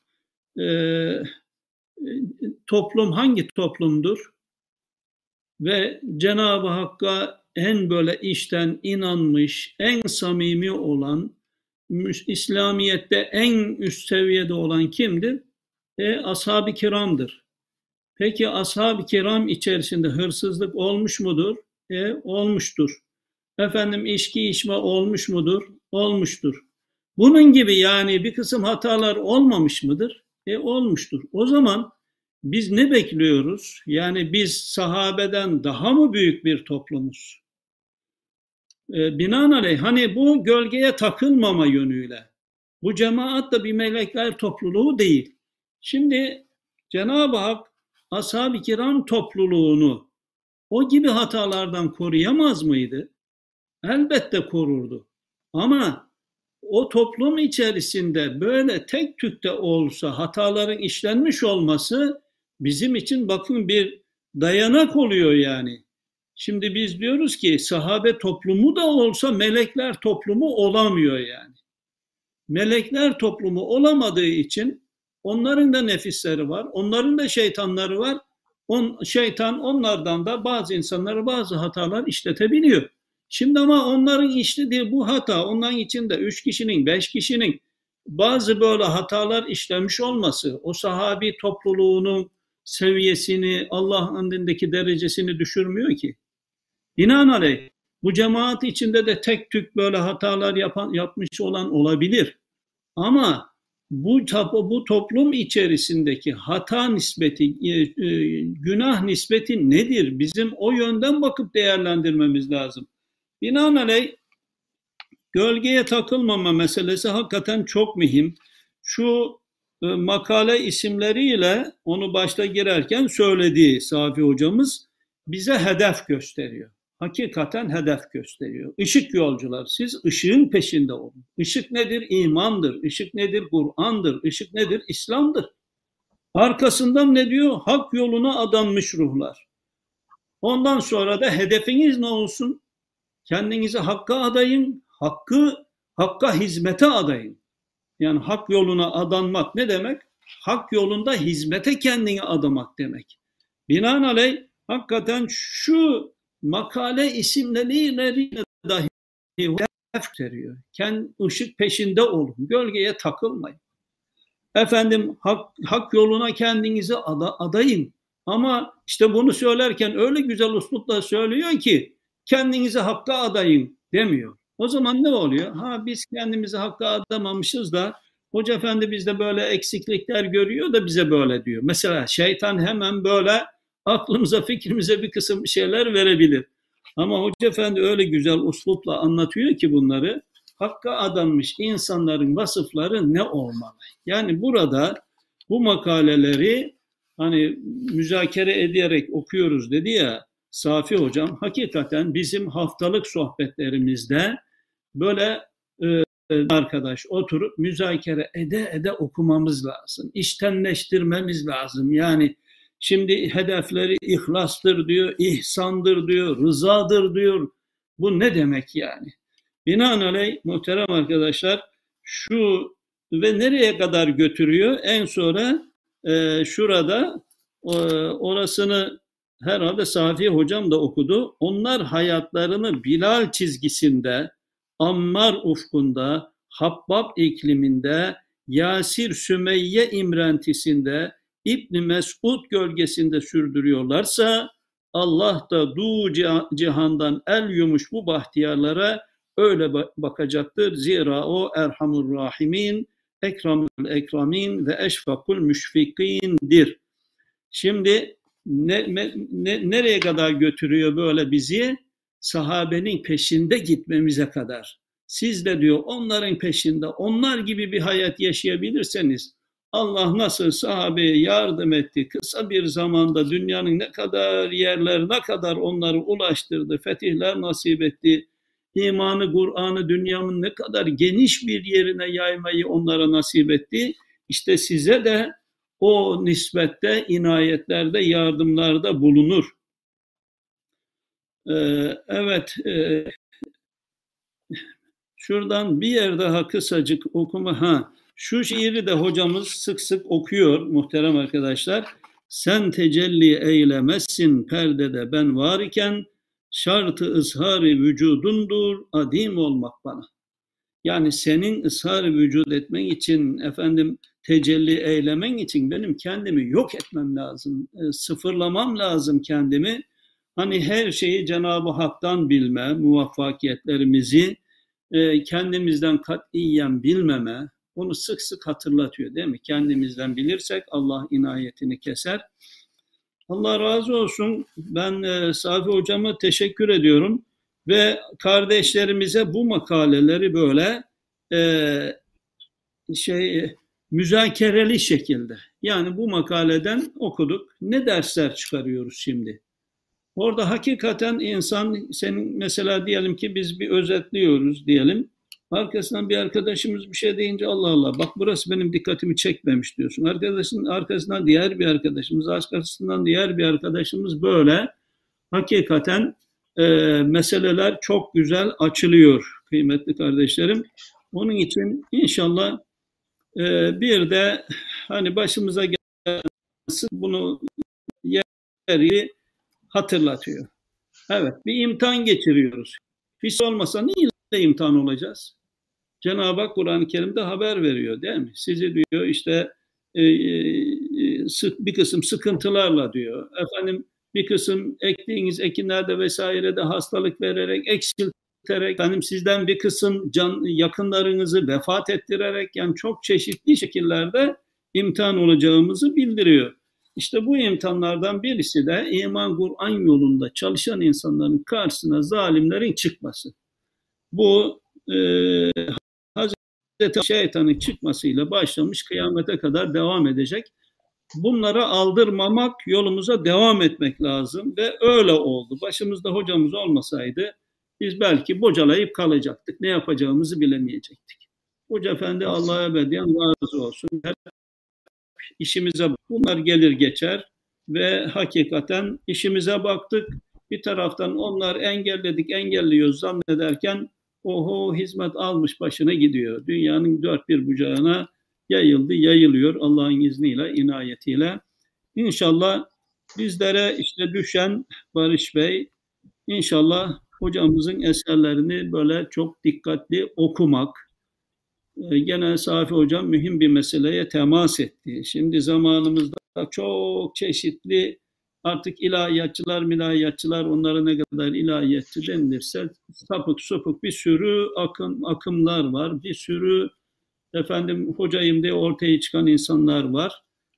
toplum hangi toplumdur? Ve Cenab-ı Hakk'a en böyle içten inanmış, en samimi olan, İslamiyet'te en üst seviyede olan kimdir? Ashab-ı kiramdır. Peki ashab-ı kiram içerisinde hırsızlık olmuş mudur? Olmuştur. İçki içme olmuş mudur? Olmuştur. Bunun gibi yani bir kısım hatalar olmamış mıdır? Olmuştur. O zaman biz ne bekliyoruz? Yani biz sahabeden daha mı büyük bir toplumuz? Binaenaleyh hani bu gölgeye takılmama yönüyle. Bu cemaat da bir melekler topluluğu değil. Şimdi Cenab-ı Hak ashab-ı kiram topluluğunu o gibi hatalardan koruyamaz mıydı? Elbette korurdu. Ama o toplum içerisinde böyle tek tük de olsa hataların işlenmiş olması bizim için bakın bir dayanak oluyor yani. Şimdi biz diyoruz ki sahabe toplumu da olsa melekler toplumu olamıyor yani. Melekler toplumu olamadığı için onların da nefisleri var, onların da şeytanları var. Şeytan onlardan da bazı insanlara bazı hatalar işletebiliyor. Şimdi ama onların işlediği bu hata, onların içinde 3 kişinin, 5 kişinin bazı böyle hatalar işlemiş olması, o sahabi topluluğunun seviyesini, Allah indindeki derecesini düşürmüyor ki. Binaenaleyh bu cemaat içinde de tek tük böyle hatalar yapmış olan olabilir. Ama bu toplum içerisindeki hata nispeti, günah nispeti nedir? Bizim o yönden bakıp değerlendirmemiz lazım. Binaenaleyh gölgeye takılmama meselesi hakikaten çok mühim. Şu makale isimleriyle onu başta girerken söylediği Safi hocamız bize hedef gösteriyor. Hakikaten hedef gösteriyor. Işık yolcular, siz ışığın peşinde olun. Işık nedir? İmandır. Işık nedir? Kur'an'dır. Işık nedir? İslam'dır. Arkasından ne diyor? Hak yoluna adanmış ruhlar. Ondan sonra da hedefiniz ne olsun? Kendinizi hakka adayın, hakka hizmete adayın. Yani hak yoluna adanmak ne demek? Hak yolunda hizmete kendini adamak demek. Binaenaleyh hakikaten şu makale isimleriyle dahi hedef veriyor. Kendi ışık peşinde olun, gölgeye takılmayın. Efendim hak yoluna kendinizi adayın. Ama işte bunu söylerken öyle güzel üslupla söylüyor ki kendinizi hakka adayın demiyor. O zaman ne oluyor? Biz kendimizi hakka adamamışız da Hoca Efendi bizde böyle eksiklikler görüyor da bize böyle diyor. Mesela şeytan hemen böyle aklımıza, fikrimize bir kısım şeyler verebilir. Ama Hoca Efendi öyle güzel üslupla anlatıyor ki bunları. Hakka adanmış insanların vasıfları ne olmalı? Yani burada bu makaleleri hani müzakere ederek okuyoruz dedi ya Safi hocam, hakikaten bizim haftalık sohbetlerimizde böyle arkadaş oturup müzakere ede okumamız lazım. İştenleştirmemiz lazım. Yani şimdi hedefleri ihlastır diyor, ihsandır diyor, rızadır diyor. Bu ne demek yani? Binaenaleyh muhterem arkadaşlar şu ve nereye kadar götürüyor? En sonra şurada orasını herhalde Safi hocam da okudu. Onlar hayatlarını Bilal çizgisinde, Ammar ufkunda, Habbab ikliminde, Yasir Sümeyye imrentisinde, İbn Mesud gölgesinde sürdürüyorlarsa Allah da du cihandan el yumuş bu bahtiyarlara öyle bakacaktır. Zira o Erhamur Rahimin, Ekramul Ekramin ve Eşfakul Müşfikindir. Şimdi nereye kadar götürüyor böyle bizi? Sahabenin peşinde gitmemize kadar. Siz de diyor onların peşinde, onlar gibi bir hayat yaşayabilirseniz, Allah nasıl sahabeye yardım etti, kısa bir zamanda dünyanın ne kadar yerlerine kadar onları ulaştırdı, fetihler nasip etti, imanı, Kur'an'ı dünyanın ne kadar geniş bir yerine yaymayı onlara nasip etti. İşte size de o nispette inayetlerde, yardımlarda bulunur. Evet, şuradan bir yer daha kısacık okuma. Şu şiiri de hocamız sık sık okuyor muhterem arkadaşlar. Sen tecelli eylemezsin perdede ben var iken, şartı ızhar-ı vücudundur adim olmak bana. Yani senin ızhar-ı vücud etmen için, efendim tecelli eylemen için benim kendimi yok etmem lazım, sıfırlamam lazım kendimi. Hani her şeyi Cenab-ı Hak'tan bilme, muvaffakiyetlerimizi kendimizden katiyen bilmeme, onu sık sık hatırlatıyor değil mi? Kendimizden bilirsek Allah inayetini keser. Allah razı olsun. Ben Safi hocama teşekkür ediyorum ve kardeşlerimize bu makaleleri böyle müzakereli şekilde, yani bu makaleden okuduk. Ne dersler çıkarıyoruz şimdi? Orada hakikaten insan, senin mesela diyelim ki biz bir özetliyoruz diyelim. Arkasından bir arkadaşımız bir şey deyince Allah Allah bak burası benim dikkatimi çekmemiş diyorsun. Arkadaşın arkasından diğer bir arkadaşımız, arkasından diğer bir arkadaşımız, böyle hakikaten meseleler çok güzel açılıyor kıymetli kardeşlerim. Onun için inşallah bir de hani başımıza gelen bunu yeri hatırlatıyor. Evet, bir imtihan geçiriyoruz. Hiç olmasa neyle imtihan olacağız? Cenab-ı Hak Kur'an-ı Kerim'de haber veriyor değil mi? Sizi diyor işte bir kısım sıkıntılarla diyor. Efendim bir kısım ektiğiniz ekinlerde vesairede hastalık vererek, eksilterek, efendim sizden bir kısım yakınlarınızı vefat ettirerek, yani çok çeşitli şekillerde imtihan olacağımızı bildiriyor. İşte bu imtihanlardan birisi de iman Kur'an yolunda çalışan insanların karşısına zalimlerin çıkması. Bu Hazreti şeytanın çıkmasıyla başlamış, kıyamete kadar devam edecek. Bunlara aldırmamak, yolumuza devam etmek lazım ve öyle oldu. Başımızda hocamız olmasaydı biz belki bocalayıp kalacaktık. Ne yapacağımızı bilemeyecektik. Hoca Efendi Allah'a ebediyen razı olsun. Hep işimize bunlar gelir geçer ve hakikaten işimize baktık. Bir taraftan onlar engelliyoruz zannederken oho hizmet almış başına gidiyor. Dünyanın dört bir bucağına yayılıyor Allah'ın izniyle, inayetiyle. İnşallah bizlere işte düşen Barış Bey, inşallah hocamızın eserlerini böyle çok dikkatli okumak. Gene Safi Hocam mühim bir meseleye temas etti. Şimdi zamanımızda çok çeşitli artık ilahiyatçılar onlara ne kadar ilahiyatçı denilirse sapık bir sürü akımlar var. Bir sürü hocayım diye ortaya çıkan insanlar var.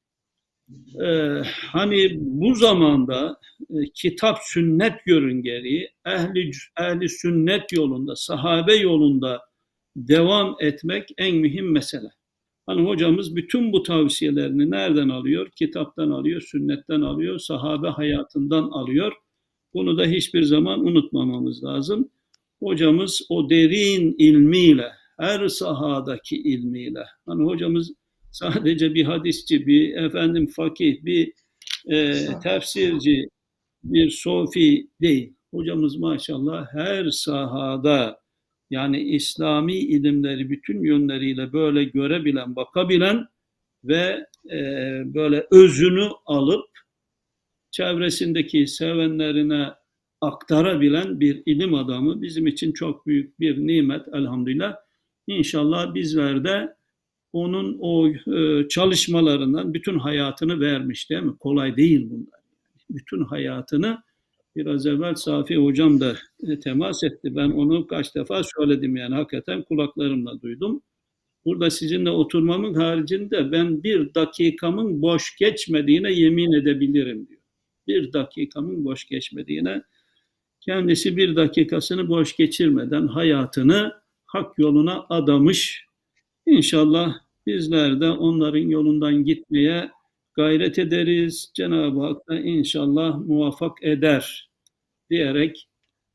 Hani bu zamanda kitap sünnet yörüngeli ehli sünnet yolunda, sahabe yolunda devam etmek en mühim mesele. Hani hocamız bütün bu tavsiyelerini nereden alıyor? Kitaptan alıyor, sünnetten alıyor, sahabe hayatından alıyor. Bunu da hiçbir zaman unutmamamız lazım. Hocamız o derin ilmiyle, her sahadaki ilmiyle, hani hocamız sadece bir hadisçi, bir fakih, bir tefsirci, bir sofi değil. Hocamız maşallah her sahada, yani İslami ilimleri bütün yönleriyle böyle görebilen, bakabilen ve böyle özünü alıp çevresindeki sevenlerine aktarabilen bir ilim adamı. Bizim için çok büyük bir nimet elhamdülillah. İnşallah bizler de onun o çalışmalarından bütün hayatını vermiş, değil mi? Kolay değil bunlar. Bütün hayatını, biraz evvel Safi Hocam da temas etti. Ben onu kaç defa söyledim, yani hakikaten kulaklarımla duydum. Burada sizinle oturmamın haricinde ben bir dakikamın boş geçmediğine yemin edebilirim diyor. Bir dakikamın boş geçmediğine, kendisi bir dakikasını boş geçirmeden hayatını hak yoluna adamış. İnşallah bizler de onların yolundan gitmeye gayret ederiz. Cenab-ı Hak da inşallah muvaffak eder diyerek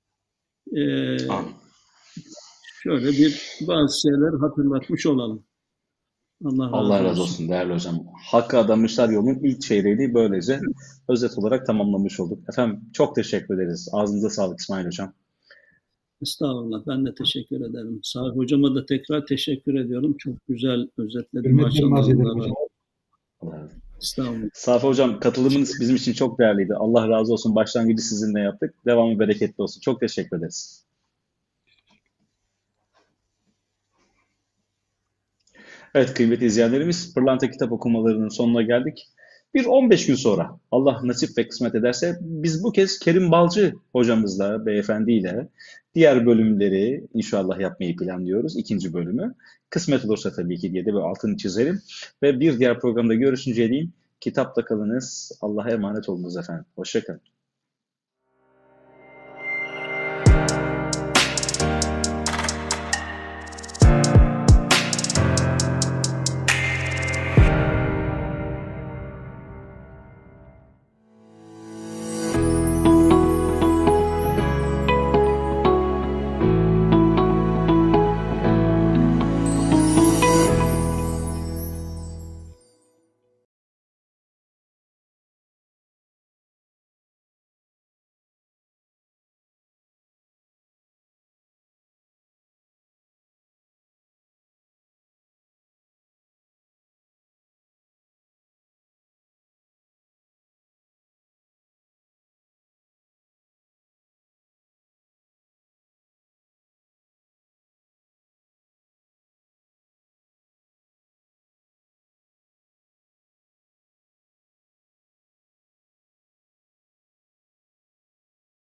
şöyle bazı şeyler hatırlatmış olalım. Allah razı olsun değerli hocam. Hakkı adamışlar yolunun ilk çeyreğini böylece özet olarak tamamlamış olduk. Efendim çok teşekkür ederiz. Ağzınıza sağlık İsmail Hocam. Estağfurullah. Ben de teşekkür ederim. Safi Hocama da tekrar teşekkür ediyorum. Çok güzel özetledi. Maşallah. Estağfurullah. Safi Hocam, katılımınız bizim için çok değerliydi. Allah razı olsun. Başlangıcı sizinle yaptık. Devamı bereketli olsun. Çok teşekkür ederiz. Evet kıymetli izleyenlerimiz, Pırlanta kitap okumalarının sonuna geldik. Bir 15 gün sonra Allah nasip ve kısmet ederse biz bu kez Kerim Balcı hocamızla, beyefendiyle diğer bölümleri inşallah yapmayı planlıyoruz. İkinci bölümü. Kısmet olursa tabii ki diye de bir altını çizelim. Ve bir diğer programda görüşünceye değin kitapta kalınız. Allah'a emanet olunuz efendim. Hoşça kalın.